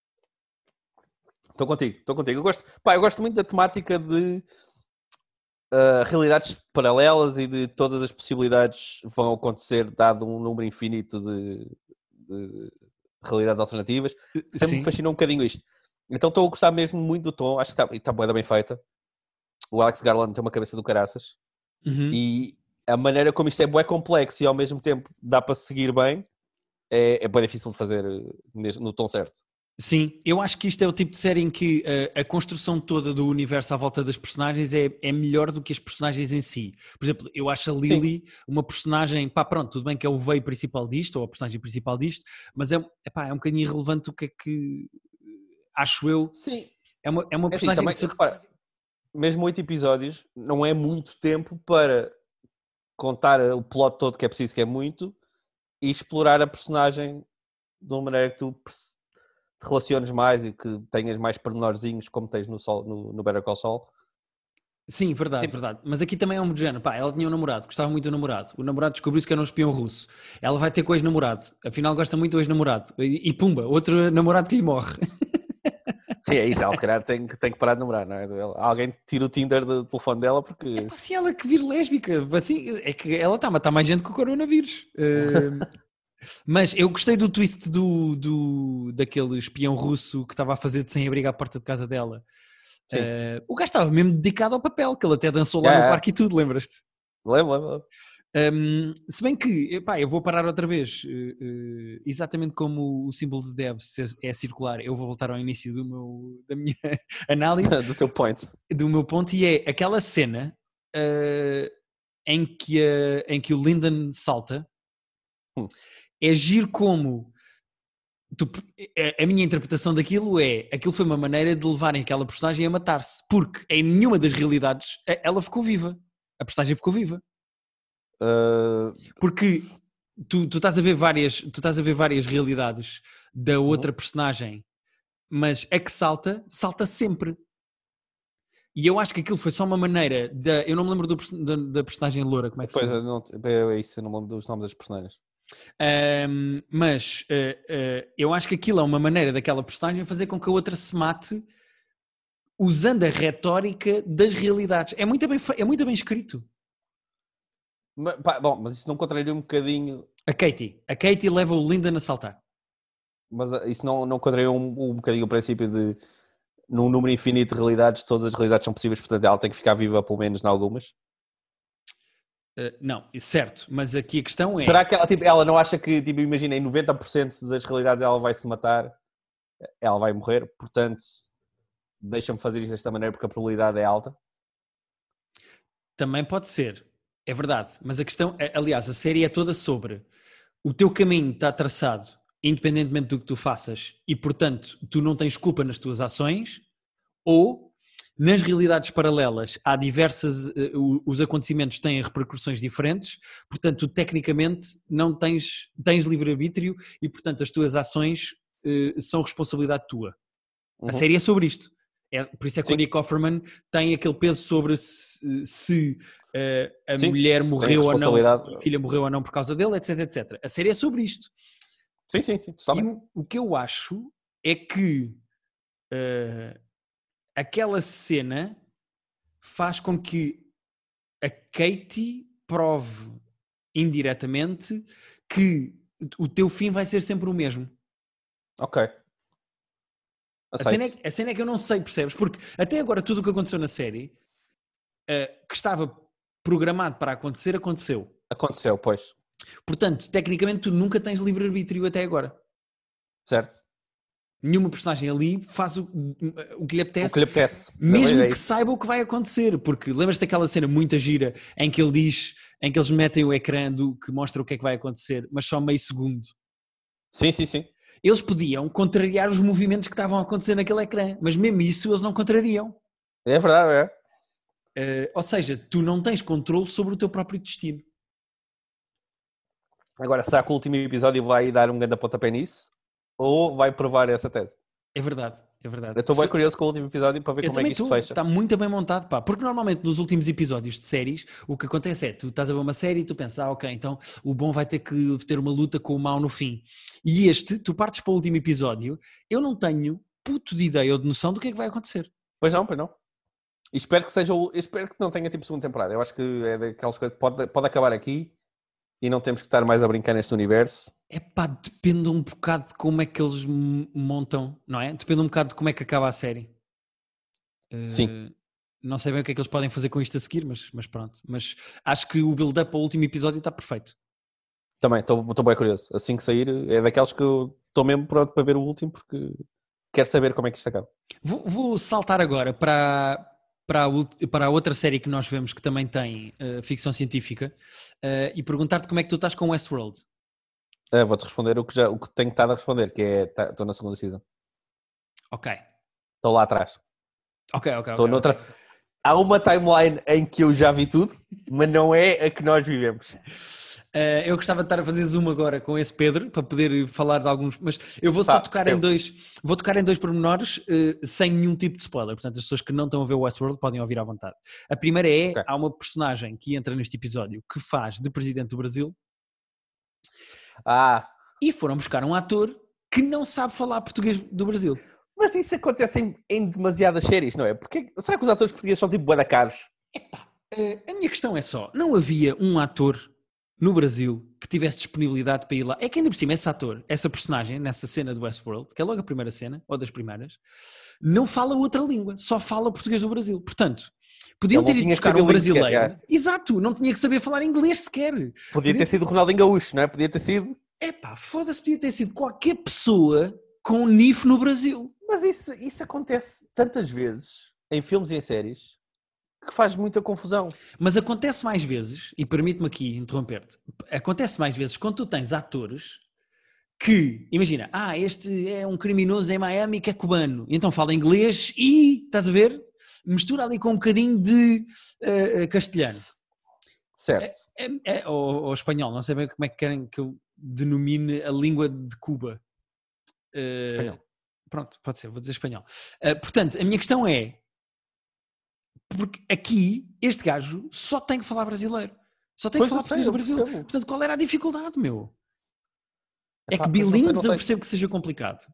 Estou contigo, estou contigo. Eu gosto, pá, eu gosto muito da temática de uh, realidades paralelas e de todas as possibilidades vão acontecer dado um número infinito de, de realidades alternativas. Sempre Sim. me fascinou um bocadinho isto. Então estou a gostar mesmo muito do tom, acho que está, está bem, bem feita. O Alex Garland tem uma cabeça do caraças uhum. e a maneira como isto é bué complexo e ao mesmo tempo dá para seguir bem é, é bem difícil de fazer no tom certo. Sim, eu acho que isto é o tipo de série em que a, a construção toda do universo à volta das personagens é, é melhor do que as personagens em si. Por exemplo, eu acho a Lily Sim. uma personagem, pá pronto, tudo bem que é o veio principal disto, ou a personagem principal disto, mas é, epá, é um bocadinho irrelevante o que é que, acho eu, Sim. é uma, é uma personagem é assim, também, que... Se... repara, mesmo oito episódios não é muito tempo para contar o plot todo que é preciso, que é muito, e explorar a personagem de uma maneira que tu te relaciones mais e que tenhas mais pormenorzinhos como tens no, Sol, no, no Better Call Saul. Sim, verdade, tipo... verdade. Mas aqui também é um de género. Pá, ela tinha um namorado, gostava muito do namorado. O namorado descobriu-se que era um espião russo. Ela vai ter com o ex-namorado. Afinal gosta muito do ex-namorado. E, e pumba, outro namorado que lhe morre. Sim, é isso, ela se calhar tem, tem que parar de namorar, não é? Alguém tira o Tinder do telefone dela porque... É pá, se ela que vir lésbica, assim, é que ela está a matar mais gente que o coronavírus. Uh, mas eu gostei do twist do, do, daquele espião russo que estava a fazer de sem-abrigo à porta de casa dela. Uh, o gajo estava mesmo dedicado ao papel, que ele até dançou lá yeah, no parque e tudo, lembras-te? Lembro, lembro. Um, se bem que, epá, eu vou parar outra vez, uh, uh, exatamente como o símbolo de Devs é circular, eu vou voltar ao início do meu, da minha análise. do teu point. Do meu ponto, e é aquela cena uh, em, que a, em que o Lyndon salta, hum. é giro como... Tu, a, a minha interpretação daquilo é, aquilo foi uma maneira de levarem aquela personagem a matar-se, porque em nenhuma das realidades ela ficou viva, a personagem ficou viva. Uh... Porque tu, tu, estás a ver várias, tu estás a ver várias realidades da outra uhum. personagem, mas a que salta, salta sempre. E eu acho que aquilo foi só uma maneira de, eu não me lembro do, da, da personagem loura, como é que pois se chama? Pois é, é isso, eu não me lembro dos nomes das personagens. Um, mas uh, uh, eu acho que aquilo é uma maneira daquela personagem fazer com que a outra se mate usando a retórica das realidades. É muito bem, é muito bem escrito. Mas, pá, bom, mas isso não contraria um bocadinho... A Katie. A Katie leva o Lyndon a saltar. Mas isso não, não contraria um, um bocadinho o princípio de num número infinito de realidades, todas as realidades são possíveis, portanto ela tem que ficar viva pelo menos em algumas? Uh, não, certo, mas aqui a questão é... Será que ela, tipo, ela não acha que, tipo, imagina, em noventa por cento das realidades ela vai se matar, ela vai morrer, portanto deixa-me fazer isso desta maneira porque a probabilidade é alta? Também pode ser. É verdade, mas a questão, aliás, a série é toda sobre o teu caminho está traçado independentemente do que tu faças e, portanto, tu não tens culpa nas tuas ações, ou nas realidades paralelas há diversas, uh, os acontecimentos têm repercussões diferentes, portanto, tu tecnicamente não tens, tens livre-arbítrio e, portanto, as tuas ações uh, são responsabilidade tua. Uhum. A série é sobre isto. É, por isso é que Sim. o Nick Offerman tem aquele peso sobre se, se uh, a Sim, mulher morreu ou não, a filha morreu ou não por causa dele, etc, etcétera. A série é sobre isto. Sim, sim, sim. E o, o que eu acho é que uh, aquela cena faz com que a Katie prove indiretamente que o teu fim vai ser sempre o mesmo. Ok. A cena, é, a cena é que eu não sei, percebes? Porque até agora tudo o que aconteceu na série uh, que estava programado para acontecer, aconteceu. Aconteceu, pois. Portanto, tecnicamente tu nunca tens livre-arbítrio até agora. Certo. Nenhuma personagem ali faz o, o que lhe apetece, o que lhe apetece. mesmo é que saiba o que vai acontecer, porque lembras-te daquela cena muito gira em que ele diz, em que eles metem o ecrã do, que mostra o que é que vai acontecer, mas só meio segundo. Sim, sim, sim. Eles podiam contrariar os movimentos que estavam a acontecer naquele ecrã, mas mesmo isso eles não contrariam. É verdade, é. Uh, ou seja, tu não tens controle sobre o teu próprio destino. Agora, será que o último episódio vai dar um grande pontapé nisso? Ou vai provar essa tese? É verdade, é verdade. Eu estou bem Se... curioso com o último episódio para ver eu como é que isto tô. se fecha. Está muito bem montado, pá. Porque normalmente nos últimos episódios de séries, o que acontece é, tu estás a ver uma série e tu pensas, ah, ok, então o bom vai ter que ter uma luta com o mau no fim. E este, tu partes para o último episódio, eu não tenho puto de ideia ou de noção do que é que vai acontecer. Pois não, pois não. E espero que seja o... espero que não tenha tipo segunda temporada. Eu acho que é daquelas coisas que pode, pode acabar aqui e não temos que estar mais a brincar neste universo. É pá, depende um bocado de como é que eles montam, não é? Depende um bocado de como é que acaba a série. Sim. Uh, não sei bem o que é que eles podem fazer com isto a seguir, mas, mas pronto. Mas acho que o build-up ao último episódio está perfeito. Também, estou bem curioso. Assim que sair, é daqueles que eu estou mesmo pronto para ver o último, porque quero saber como é que isto acaba. Vou, vou saltar agora para... Para a, para a outra série que nós vemos que também tem uh, ficção científica uh, e perguntar-te como é que tu estás com Westworld. Uh, vou-te responder o que, já, o que tenho estado a responder, que é, estou tá, na segunda season. Ok. Estou lá atrás. Ok, ok, Estou okay, noutra... okay. Há uma timeline em que eu já vi tudo, mas não é a que nós vivemos. Uh, eu gostava de estar a fazer zoom agora com esse Pedro, para poder falar de alguns, mas eu vou só Pá, tocar percebo. em dois, vou tocar em dois pormenores uh, sem nenhum tipo de spoiler, portanto as pessoas que não estão a ver o Westworld podem ouvir à vontade. A primeira é, okay. Há uma personagem que entra neste episódio que faz de presidente do Brasil ah. e foram buscar um ator que não sabe falar português do Brasil. Mas isso acontece em, em demasiadas séries, não é? Porque, será que os atores portugueses são tipo bué da caros? Epá, uh, a minha questão é só, não havia um ator no Brasil que tivesse disponibilidade para ir lá? É que ainda por cima esse ator, essa personagem, nessa cena do Westworld, que é logo a primeira cena, ou das primeiras, não fala outra língua, só fala português do Brasil. Portanto, podiam ter ido buscar um brasileiro. Sequer, é. Exato, não tinha que saber falar inglês sequer. Podia, podia ter sido o Ronaldinho Gaúcho, não é? Podia ter sido... Epá, foda-se, podia ter sido qualquer pessoa com N I F no Brasil. Mas isso, isso acontece tantas vezes, em filmes e em séries, que faz muita confusão. Mas acontece mais vezes, e permite-me aqui interromper-te, acontece mais vezes quando tu tens atores que, imagina, ah, este é um criminoso em Miami que é cubano, então fala inglês e, estás a ver, mistura ali com um bocadinho de uh, castelhano. Certo. É, é, é, ou, ou espanhol, não sei bem como é que querem que eu denomine a língua de Cuba. Uh, espanhol. Pronto, pode ser, vou dizer espanhol. Uh, portanto, a minha questão é, porque aqui, este gajo só tem que falar brasileiro. Só tem pois que falar português do Brasil. Percebo. Portanto, qual era a dificuldade, meu? É Epá, que bilíngues eu percebo que seja complicado.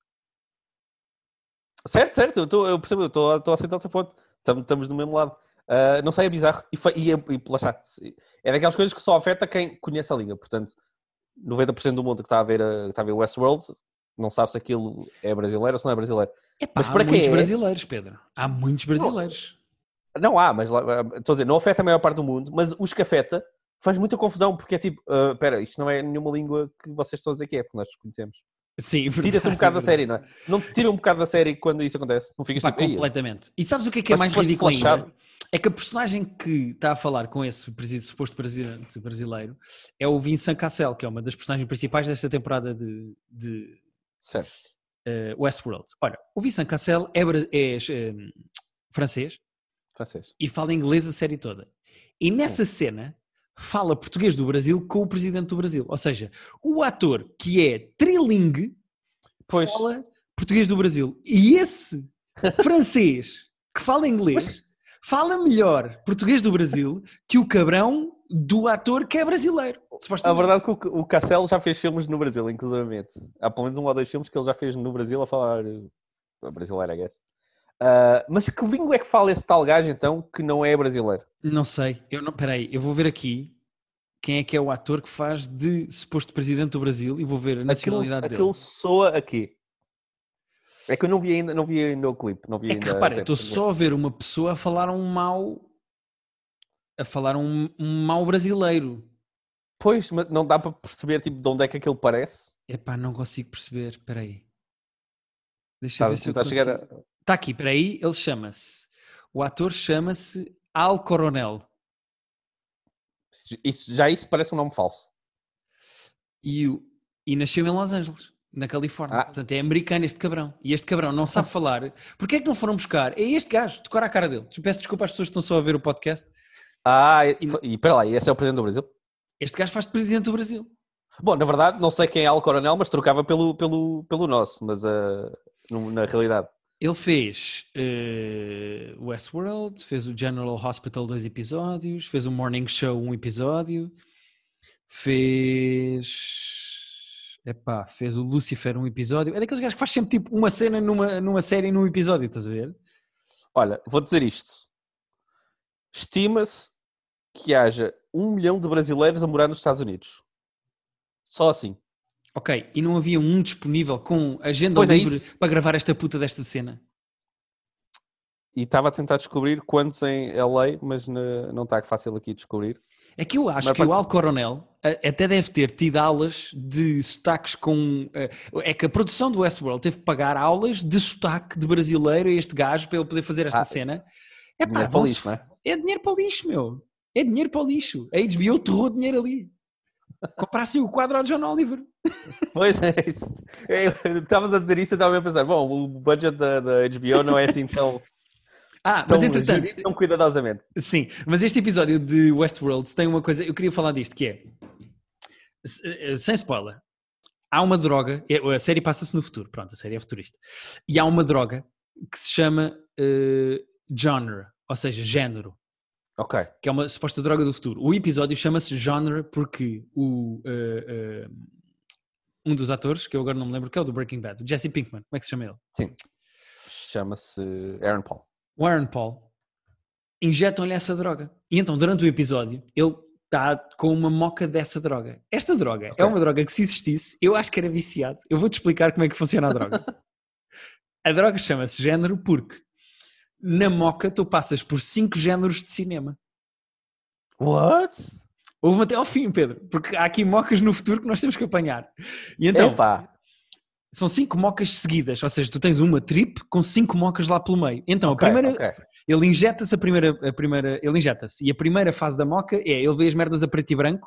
Certo, certo. Eu, tô, eu percebo, eu estou a aceitar o teu ponto. Estamos, estamos do mesmo lado. Uh, não sei, é bizarro. E, e, e, e lá está. É daquelas coisas que só afeta quem conhece a língua. Portanto, noventa por cento do mundo que está a ver, a, que está a ver Westworld não sabe se aquilo é brasileiro ou se não é brasileiro. Epá, mas para há muitos é... brasileiros, Pedro. Há muitos brasileiros. Não, não há, mas estou a dizer, não afeta a maior parte do mundo, mas os que afeta faz muita confusão, porque é tipo, espera, uh, isto não é nenhuma língua que vocês estão a dizer que é, porque nós conhecemos. Sim, tira-te um bocado da série, não é? Não te tira um bocado da série quando isso acontece. Não ficas Pá, tipo... completamente. E sabes o que é que é mais ridículo ainda? É que a personagem que está a falar com esse presidente, suposto presidente brasileiro é o Vincent Cassel, que é uma das personagens principais desta temporada de, de uh, Westworld. Ora, o Vincent Cassel é, é, é um, francês, francês e fala inglês a série toda. E nessa hum. cena fala português do Brasil com o presidente do Brasil. Ou seja, o ator que é trilingue pois. fala português do Brasil. E esse francês que fala inglês Mas... fala melhor português do Brasil que o cabrão do ator que é brasileiro. A verdade é que o Cassel já fez filmes no Brasil, inclusivamente. Há pelo menos um ou dois filmes que ele já fez no Brasil a falar brasileiro, I guess. Uh, mas que língua é que fala esse tal gajo, então, que não é brasileiro? Não sei. Eu não, peraí, eu vou ver aqui quem é que é o ator que faz de suposto presidente do Brasil e vou ver a nacionalidade aquilo, dele. Aquilo soa aqui. É que eu não vi ainda, não vi ainda o clipe. Não vi é que ainda repara, estou só a ver uma pessoa a falar um mau... a falar um, um mau brasileiro. Pois, mas não dá para perceber tipo, de onde é que aquilo parece? Epá, não consigo perceber. Espera aí. Deixa tá, eu ver se eu consigo... Está a... aqui, espera aí. Ele chama-se... O ator chama-se Al Coronel. Isso, já isso parece um nome falso. E, o... e nasceu em Los Angeles, na Califórnia. Ah. Portanto, é americano este cabrão. E este cabrão não sabe falar. Porquê é que não foram buscar? É este gajo. Tocar a cara dele. Peço desculpa às pessoas que estão só a ver o podcast. Ah, e, e espera lá. E esse é o presidente do Brasil? Este gajo faz de presidente do Brasil. Bom, na verdade, não sei quem é Al Coronel, mas trocava pelo, pelo, pelo nosso. Mas uh, na realidade... Ele fez uh, Westworld, fez o General Hospital dois episódios, fez o Morning Show um episódio, fez... Epá, fez o Lucifer um episódio. É daqueles gajos que faz sempre tipo uma cena numa, numa série num episódio, estás a ver? Olha, vou dizer isto. Estima-se que haja um milhão de brasileiros a morar nos Estados Unidos. Só assim. Ok, e não havia um disponível com agenda pois livre é para gravar esta puta desta cena? E estava a tentar descobrir quantos em L A, mas não está fácil aqui descobrir. É que eu acho mas que pode... o Al Coronel até deve ter tido aulas de sotaques com... É que a produção do Westworld teve que pagar aulas de sotaque de brasileiro a este gajo para ele poder fazer esta ah, cena. É dinheiro pá, para o lixo, não é? É dinheiro para o lixo, meu. É dinheiro para o lixo. A H B O torrou dinheiro ali. Comprassem o quadro ao John Oliver. Pois é isso. Estavas a dizer isso e estava a pensar, bom, o budget da, da H B O não é assim tão... Ah, mas entretanto... Tão cuidadosamente. Sim, mas este episódio de Westworld tem uma coisa... Eu queria falar disto, que é... Sem spoiler. Há uma droga... A série passa-se no futuro. Pronto, a série é futurista. E há uma droga que se chama uh, genre, ou seja, género. Ok. Que é uma suposta droga do futuro. O episódio chama-se genre porque o... Uh, uh, um dos atores, que eu agora não me lembro, que é o do Breaking Bad, o Jesse Pinkman. Como é que se chama ele? Sim. Chama-se Aaron Paul. O Aaron Paul. Injetam-lhe essa droga. E então, durante o episódio, ele está com uma moca dessa droga. Esta droga okay. é uma droga que, se existisse, eu acho que era viciado. Eu vou-te explicar como é que funciona a droga. A droga chama-se género porque na moca tu passas por cinco géneros de cinema. What? Houve até ao fim, Pedro, porque há aqui mocas no futuro que nós temos que apanhar. E então, Epa. São cinco mocas seguidas, ou seja, tu tens uma trip com cinco mocas lá pelo meio. Então, okay, a primeira, okay. ele injeta-se a primeira, a primeira, ele injeta-se, e a primeira fase da moca é, ele vê as merdas a preto e branco,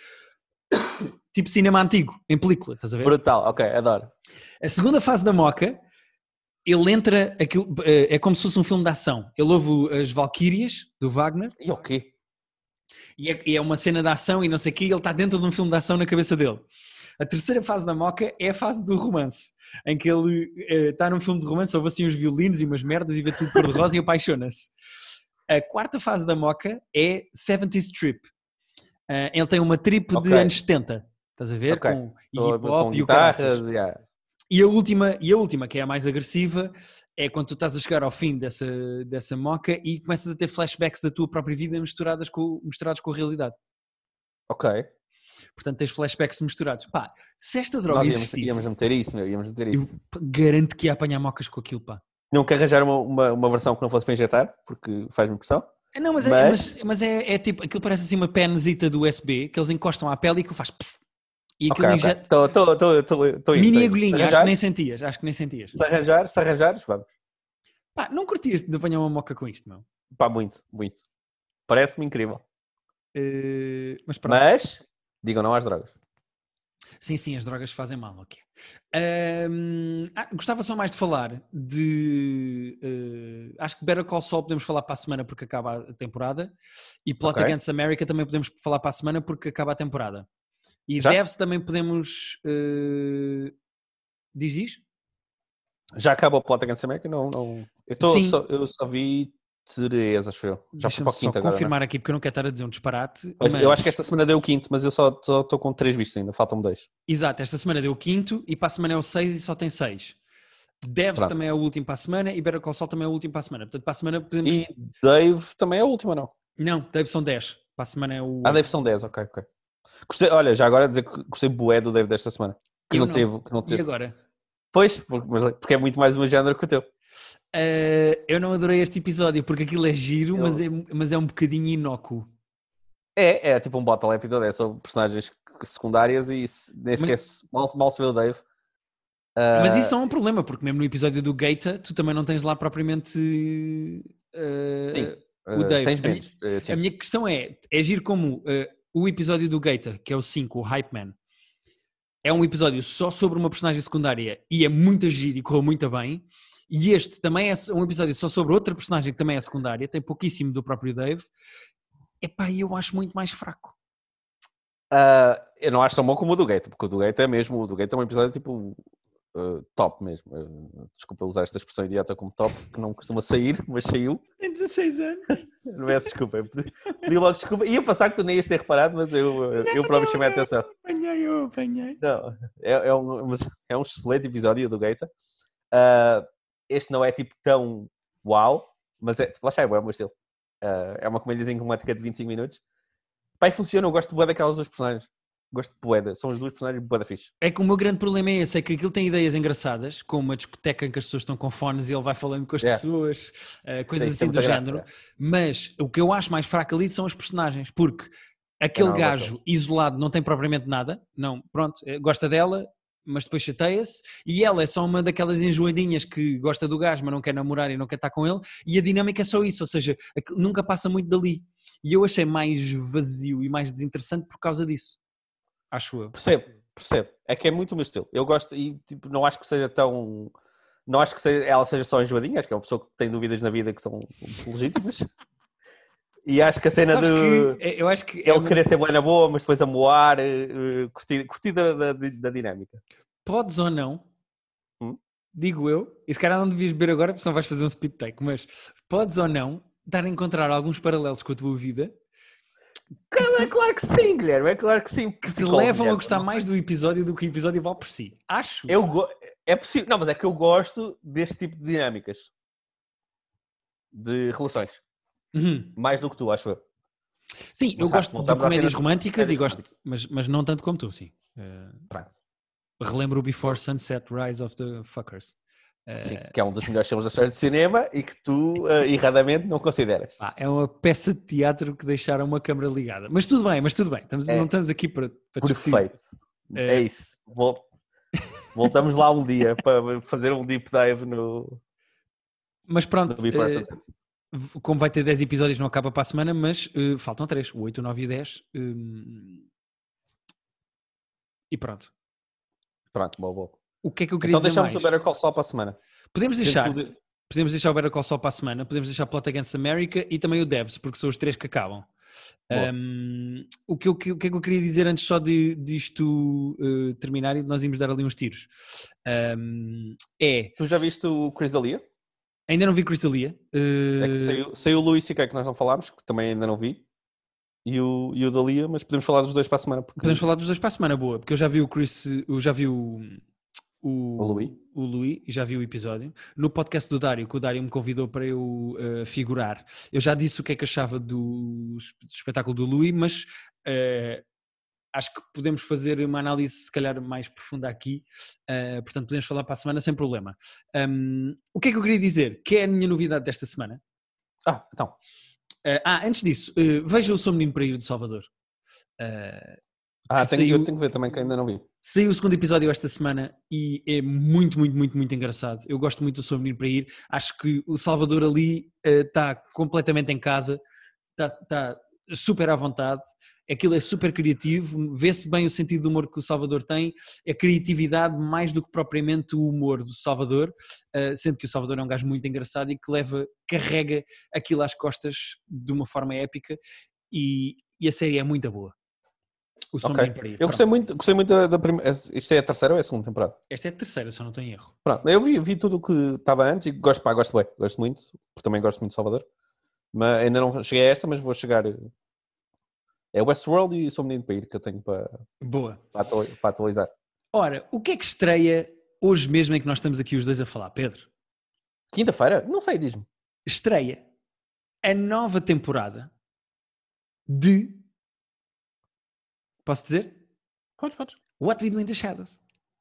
tipo cinema antigo, em película, estás a ver? Brutal, ok, adoro. A segunda fase da moca, ele entra, aquilo, é como se fosse um filme de ação. Ele ouve as Valquírias, do Wagner. E o quê? E é, e é uma cena de ação e não sei o quê, ele está dentro de um filme de ação na cabeça dele. A terceira fase da moca é a fase do romance, em que ele uh, está num filme de romance, ouve assim uns violinos e umas merdas e vê tudo cor-de-rosa e apaixona-se. A quarta fase da moca é setenta Trip. Uh, ele tem uma trip okay. de anos setenta, estás a ver? Okay. Com hip-hop e o caraças. Yeah. E a última, e a última, que é a mais agressiva, é quando tu estás a chegar ao fim dessa, dessa moca e começas a ter flashbacks da tua própria vida misturadas com, misturados com a realidade. Ok. Portanto, tens flashbacks misturados. Pá, se esta droga Nós íamos, existisse... íamos meter isso, meu, íamos meter isso. Eu garanto que ia apanhar mocas com aquilo, pá. Não quer arranjar uma, uma, uma versão que não fosse para injetar, porque faz-me impressão. Não, mas, mas... É, mas, mas é, é tipo, aquilo parece assim uma penzita do U S B, que eles encostam à pele e aquilo faz... Psst, E ok, ok. já... Tô, tô, tô, tô, tô Mini indo, agulhinha, acho que nem sentias. Acho que nem sentias. Se arranjar, se arranjares, vamos. Pá, não curtias de apanhar uma moca com isto, meu? Pá, muito, muito. Parece-me incrível. Uh, mas pronto. Mas, digam não às drogas. Sim, sim, as drogas fazem mal, ok. Um, ah, gostava só mais de falar de... Uh, acho que Better Call Saul podemos falar para a semana porque acaba a temporada. E Plot okay. Against America também podemos falar para a semana porque acaba a temporada. E Já? Devs também podemos... Uh... Diz, diz? Já acabou o Plot Against America? Não, não. Eu, tô, só, eu só vi três, acho eu. Já fui para o quinto agora. Só confirmar né? aqui, porque eu não quero estar a dizer um disparate. Mas... Mas... Eu acho que esta semana deu o quinto, mas eu só estou com três vistos ainda, faltam-me dois. Exato, esta semana deu o quinto e para a semana é o seis e só tem seis. Devs Pronto. Também é o último para a semana e Better Call Saul também é o último para a semana. Portanto, para a semana podemos... E Dave também é o último, não? Não, Dave são dez. Para a semana é o... Ah, Dave são dez, ok, ok. Gostei, olha, já agora dizer que gostei bué do Dave desta semana. Que não, não teve. Que não teve. E agora? Pois, porque é muito mais um género que o teu. Uh, eu não adorei este episódio porque aquilo é giro, eu... mas, é, mas é um bocadinho inócuo. É, é tipo um bottle episode, é só personagens secundárias e nem sequer mas... mal, mal se vê o Dave. Uh... Mas isso é um problema, porque mesmo no episódio do Gaeta tu também não tens lá propriamente uh... sim, uh, o Dave. Tens a, menos, minha, sim. a minha questão é, é giro como uh, o episódio do Gaeta, que é o cinco, o Hype Man, é um episódio só sobre uma personagem secundária e é muito giro e correu muito bem. E este também é um episódio só sobre outra personagem que também é secundária, tem pouquíssimo do próprio Dave. Epá, eu acho muito mais fraco. Uh, eu não acho tão bom como o do Gaeta, porque o do Gaeta é mesmo, o do Gaeta é um episódio tipo uh, top mesmo. Uh, desculpa usar esta expressão idiota como top, que não costuma sair, mas saiu. Tem dezasseis anos. Não é desculpa, eu pedi, pedi logo desculpa. Ia passar que tu nem ias ter reparado, mas eu, não, eu próprio chamei a atenção. Apanhei, eu apanhei. Não, é, é, um, é um excelente episódio do Gaeta. Uh, este não é tipo tão uau, mas é, lá está, é o meu estilo. Uh, é uma comédia romântica de vinte e cinco minutos. Pai, funciona, eu gosto de bué daquelas duas personagens. Gosto de bué, são as duas personagens bué da fixe. É que o meu grande problema é esse, é que aquilo tem ideias engraçadas, como uma discoteca em que as pessoas estão com fones e ele vai falando com as yeah. pessoas, uh, coisas Sim, assim do graça, género. É. Mas o que eu acho mais fraco ali são os personagens, porque aquele não, gajo não isolado não tem propriamente nada, não, pronto, gosta dela, mas depois chateia-se, e ela é só uma daquelas enjoadinhas que gosta do gajo, mas não quer namorar e não quer estar com ele, e a dinâmica é só isso, ou seja, nunca passa muito dali. E eu achei mais vazio e mais desinteressante por causa disso. Acho eu. Percebo, percebo. É que é muito o meu estilo. Eu gosto e tipo, não acho que seja tão... Não acho que seja, ela seja só enjoadinha, acho que é uma pessoa que tem dúvidas na vida que são legítimas. E acho que a cena Sabes de... Que, eu acho que ele é uma... querer ser boa na boa, mas depois a moar, uh, curtir, curtir da, da, da dinâmica. Podes ou não, hum? digo eu, e se calhar não devias beber agora porque senão vais fazer um speed take, mas podes ou não dar a encontrar alguns paralelos com a tua vida. É claro que sim, Guilherme, é claro que sim. Que te levam a gostar mais do episódio do que o episódio vale por si. Acho. Eu go... É possível, não, mas é que eu gosto deste tipo de dinâmicas. De relações. Uhum. Mais do que tu, acho eu. Sim, eu gosto de comédias românticas e gosto, mas, mas não tanto como tu, sim. Uh, relembro o Before Sunset, Rise of the Fuckers. Sim, que é um dos melhores filmes da história de cinema e que tu, uh, erradamente, não consideras. Ah, é uma peça de teatro que deixaram uma câmara ligada. Mas tudo bem, mas tudo bem. Estamos, é, não estamos aqui para, para discutir. Perfeito. É, é isso. Voltamos lá um dia para fazer um deep dive no... Mas pronto, no Before uh, Sunset. Como vai ter dez episódios, não acaba para a semana, mas uh, faltam três. O oito, nove e dez. Um... E pronto. Pronto, bom, bom. O que é que eu queria então dizer mais? Então deixamos o Better Call Saul para a semana. Podemos deixar, podemos deixar o Better Call Saul para a semana, podemos deixar Plot Against America e também o Devs, porque são os três que acabam. Um, o, que eu, o que é que eu queria dizer antes só de, disto uh, terminar e de nós irmos dar ali uns tiros? Um, é... Tu já viste o Chris D'Elia? Ainda não vi Chris D'Elia. Uh... É que saiu, saiu o Louis C K que nós não falámos, que também ainda não vi. E o, e o D'Elia, mas podemos falar dos dois para a semana. Porque... Podemos falar dos dois para a semana, boa, porque eu já vi o Chris, eu já vi o... O, o Louis. o Louis, já vi o episódio. No podcast do Dário, que o Dário me convidou para eu uh, figurar, eu já disse o que é que achava do, do espetáculo do Louis, mas uh, acho que podemos fazer uma análise se calhar mais profunda aqui, uh, portanto podemos falar para a semana sem problema. Um, o que é que eu queria dizer? Que é a minha novidade desta semana? Ah, então. Uh, ah, antes disso, uh, veja o Sou Menino para Ir de Salvador. Uh, Ah, tenho, saiu, eu tenho que ver também, que ainda não vi. Saiu o segundo episódio esta semana e é muito, muito, muito, muito engraçado. Eu gosto muito do Sou Menino para Ir. Acho que o Salvador ali está uh, completamente em casa, está, está super à vontade. Aquilo é super criativo, vê-se bem o sentido do humor que o Salvador tem, a criatividade mais do que propriamente o humor do Salvador, uh, sendo que o Salvador é um gajo muito engraçado e que leva, carrega aquilo às costas de uma forma épica e, e a série é muito boa. O som okay. para ir. Eu gostei muito, gostei muito da, da primeira. Isto é a terceira ou é a segunda temporada? Esta é a terceira, se eu não estou em erro. Pronto, eu vi, vi tudo o que estava antes e gosto, pá, gosto bem, gosto muito, porque também gosto muito de Salvador. Mas ainda não cheguei a esta, mas vou chegar. É Westworld e Sou Menino para Ir que eu tenho para, Boa. para, atualizar, para atualizar. Ora, o que é que estreia hoje mesmo em que nós estamos aqui os dois a falar, Pedro? Quinta-feira? Não sei, diz-me. Estreia a nova temporada de... Posso dizer? Podes, podes. What We Do in the Shadows.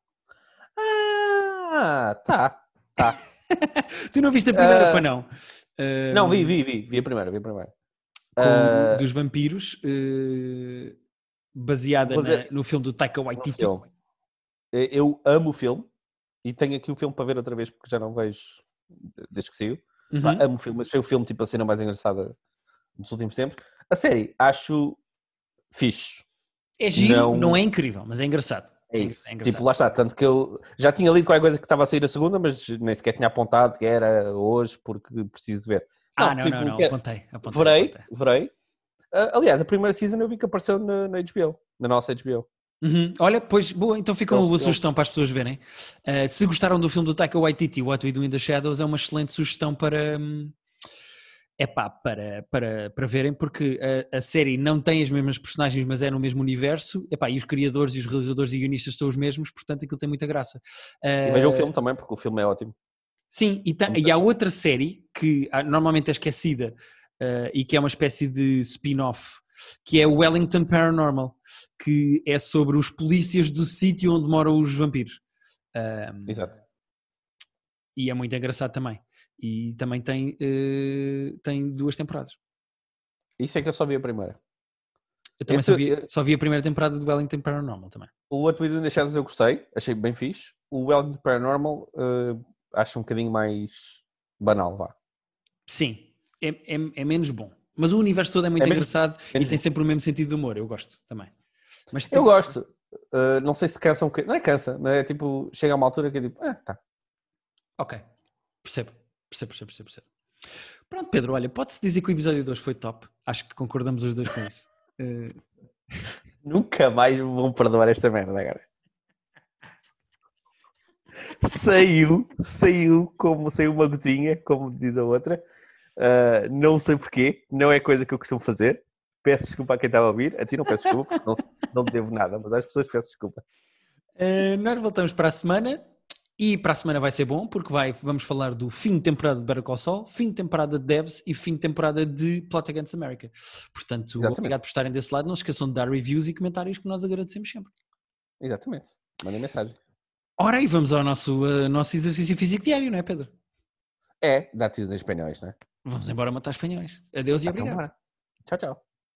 Ah, tá, tá. Tu não viste a primeira, uh, para não? Uh, não, vi, vi, vi. Vi a primeira, vi a primeira. Com, uh, dos vampiros, uh, baseada na, no filme do Taika Waititi. Eu amo o filme e tenho aqui o filme para ver outra vez porque já não vejo desde que saiu. Uhum. Pá, amo o filme, achei o filme tipo a cena mais engraçada dos últimos tempos. A série, acho fixe. É giro, não... não é incrível, mas é engraçado. É isso. É engraçado. Tipo, lá está. Tanto que eu já tinha lido qualquer coisa que estava a sair a segunda, mas nem sequer tinha apontado que era hoje porque preciso ver. Não, ah, não, tipo, não, não. Quero... Apontei, apontei. Verei, apontei. verei. Uh, aliás, a primeira season eu vi que apareceu na, na H B O, na nossa H B O. Uhum. Olha, pois, boa, então fica uma boa sugestão para as pessoas verem. Uh, se gostaram do filme do Taika Waititi, What We Do in the Shadows, é uma excelente sugestão para... Um... Epá, para, para, para verem, porque a, a série não tem as mesmas personagens, mas é no mesmo universo, epá, e os criadores e os realizadores e guionistas são os mesmos, portanto aquilo tem muita graça. Uh... E vejam o filme também, porque o filme é ótimo. Sim, e, ta, e há outra série que normalmente é esquecida uh, e que é uma espécie de spin-off, que é o Wellington Paranormal, que é sobre os polícias do sítio onde moram os vampiros. Um, Exato. E é muito engraçado também. E também tem, uh, tem duas temporadas. Isso é que eu só vi a primeira. Eu também Esse, só, vi, eu... só vi a primeira temporada do Wellington Paranormal também. O What We Do in the Shadows eu gostei, achei bem fixe. O Wellington Paranormal uh, acho um bocadinho mais banal, vá. Sim, é, é, é menos bom. Mas o universo todo é muito é engraçado menos, menos e tem sempre o mesmo sentido de humor. Eu gosto também. Mas, tipo... Eu gosto. Uh, não sei se cansa um bocadinho. Não é cansa, mas é tipo, chega a uma altura que é tipo, ah, tá. Ok, percebo. Percebo, percebo, percebo, percebo. Pronto, Pedro, olha, pode-se dizer que o episódio de hoje foi top. Acho que concordamos os dois com isso. Uh... Nunca mais vão perdoar esta merda agora. Saiu, saiu como saiu uma gotinha, como diz a outra. Uh, não sei porquê, não é coisa que eu costumo fazer. Peço desculpa a quem estava a ouvir. A ti não peço desculpa, porque não, não te devo nada, mas às pessoas peço desculpa. Uh, nós voltamos para a semana. E para a semana vai ser bom, porque vai, vamos falar do fim de temporada de Better Call Saul, fim de temporada de Devs e fim de temporada de Plot Against America. Portanto, Exatamente. Obrigado por estarem desse lado. Não se esqueçam de dar reviews e comentários que nós agradecemos sempre. Exatamente. Mandem mensagem. Ora, e vamos ao nosso, uh, nosso exercício físico diário, não é, Pedro? É, dá tiros em espanhóis, não é? Vamos embora matar espanhóis. Adeus e tá obrigado. Tchau, tchau.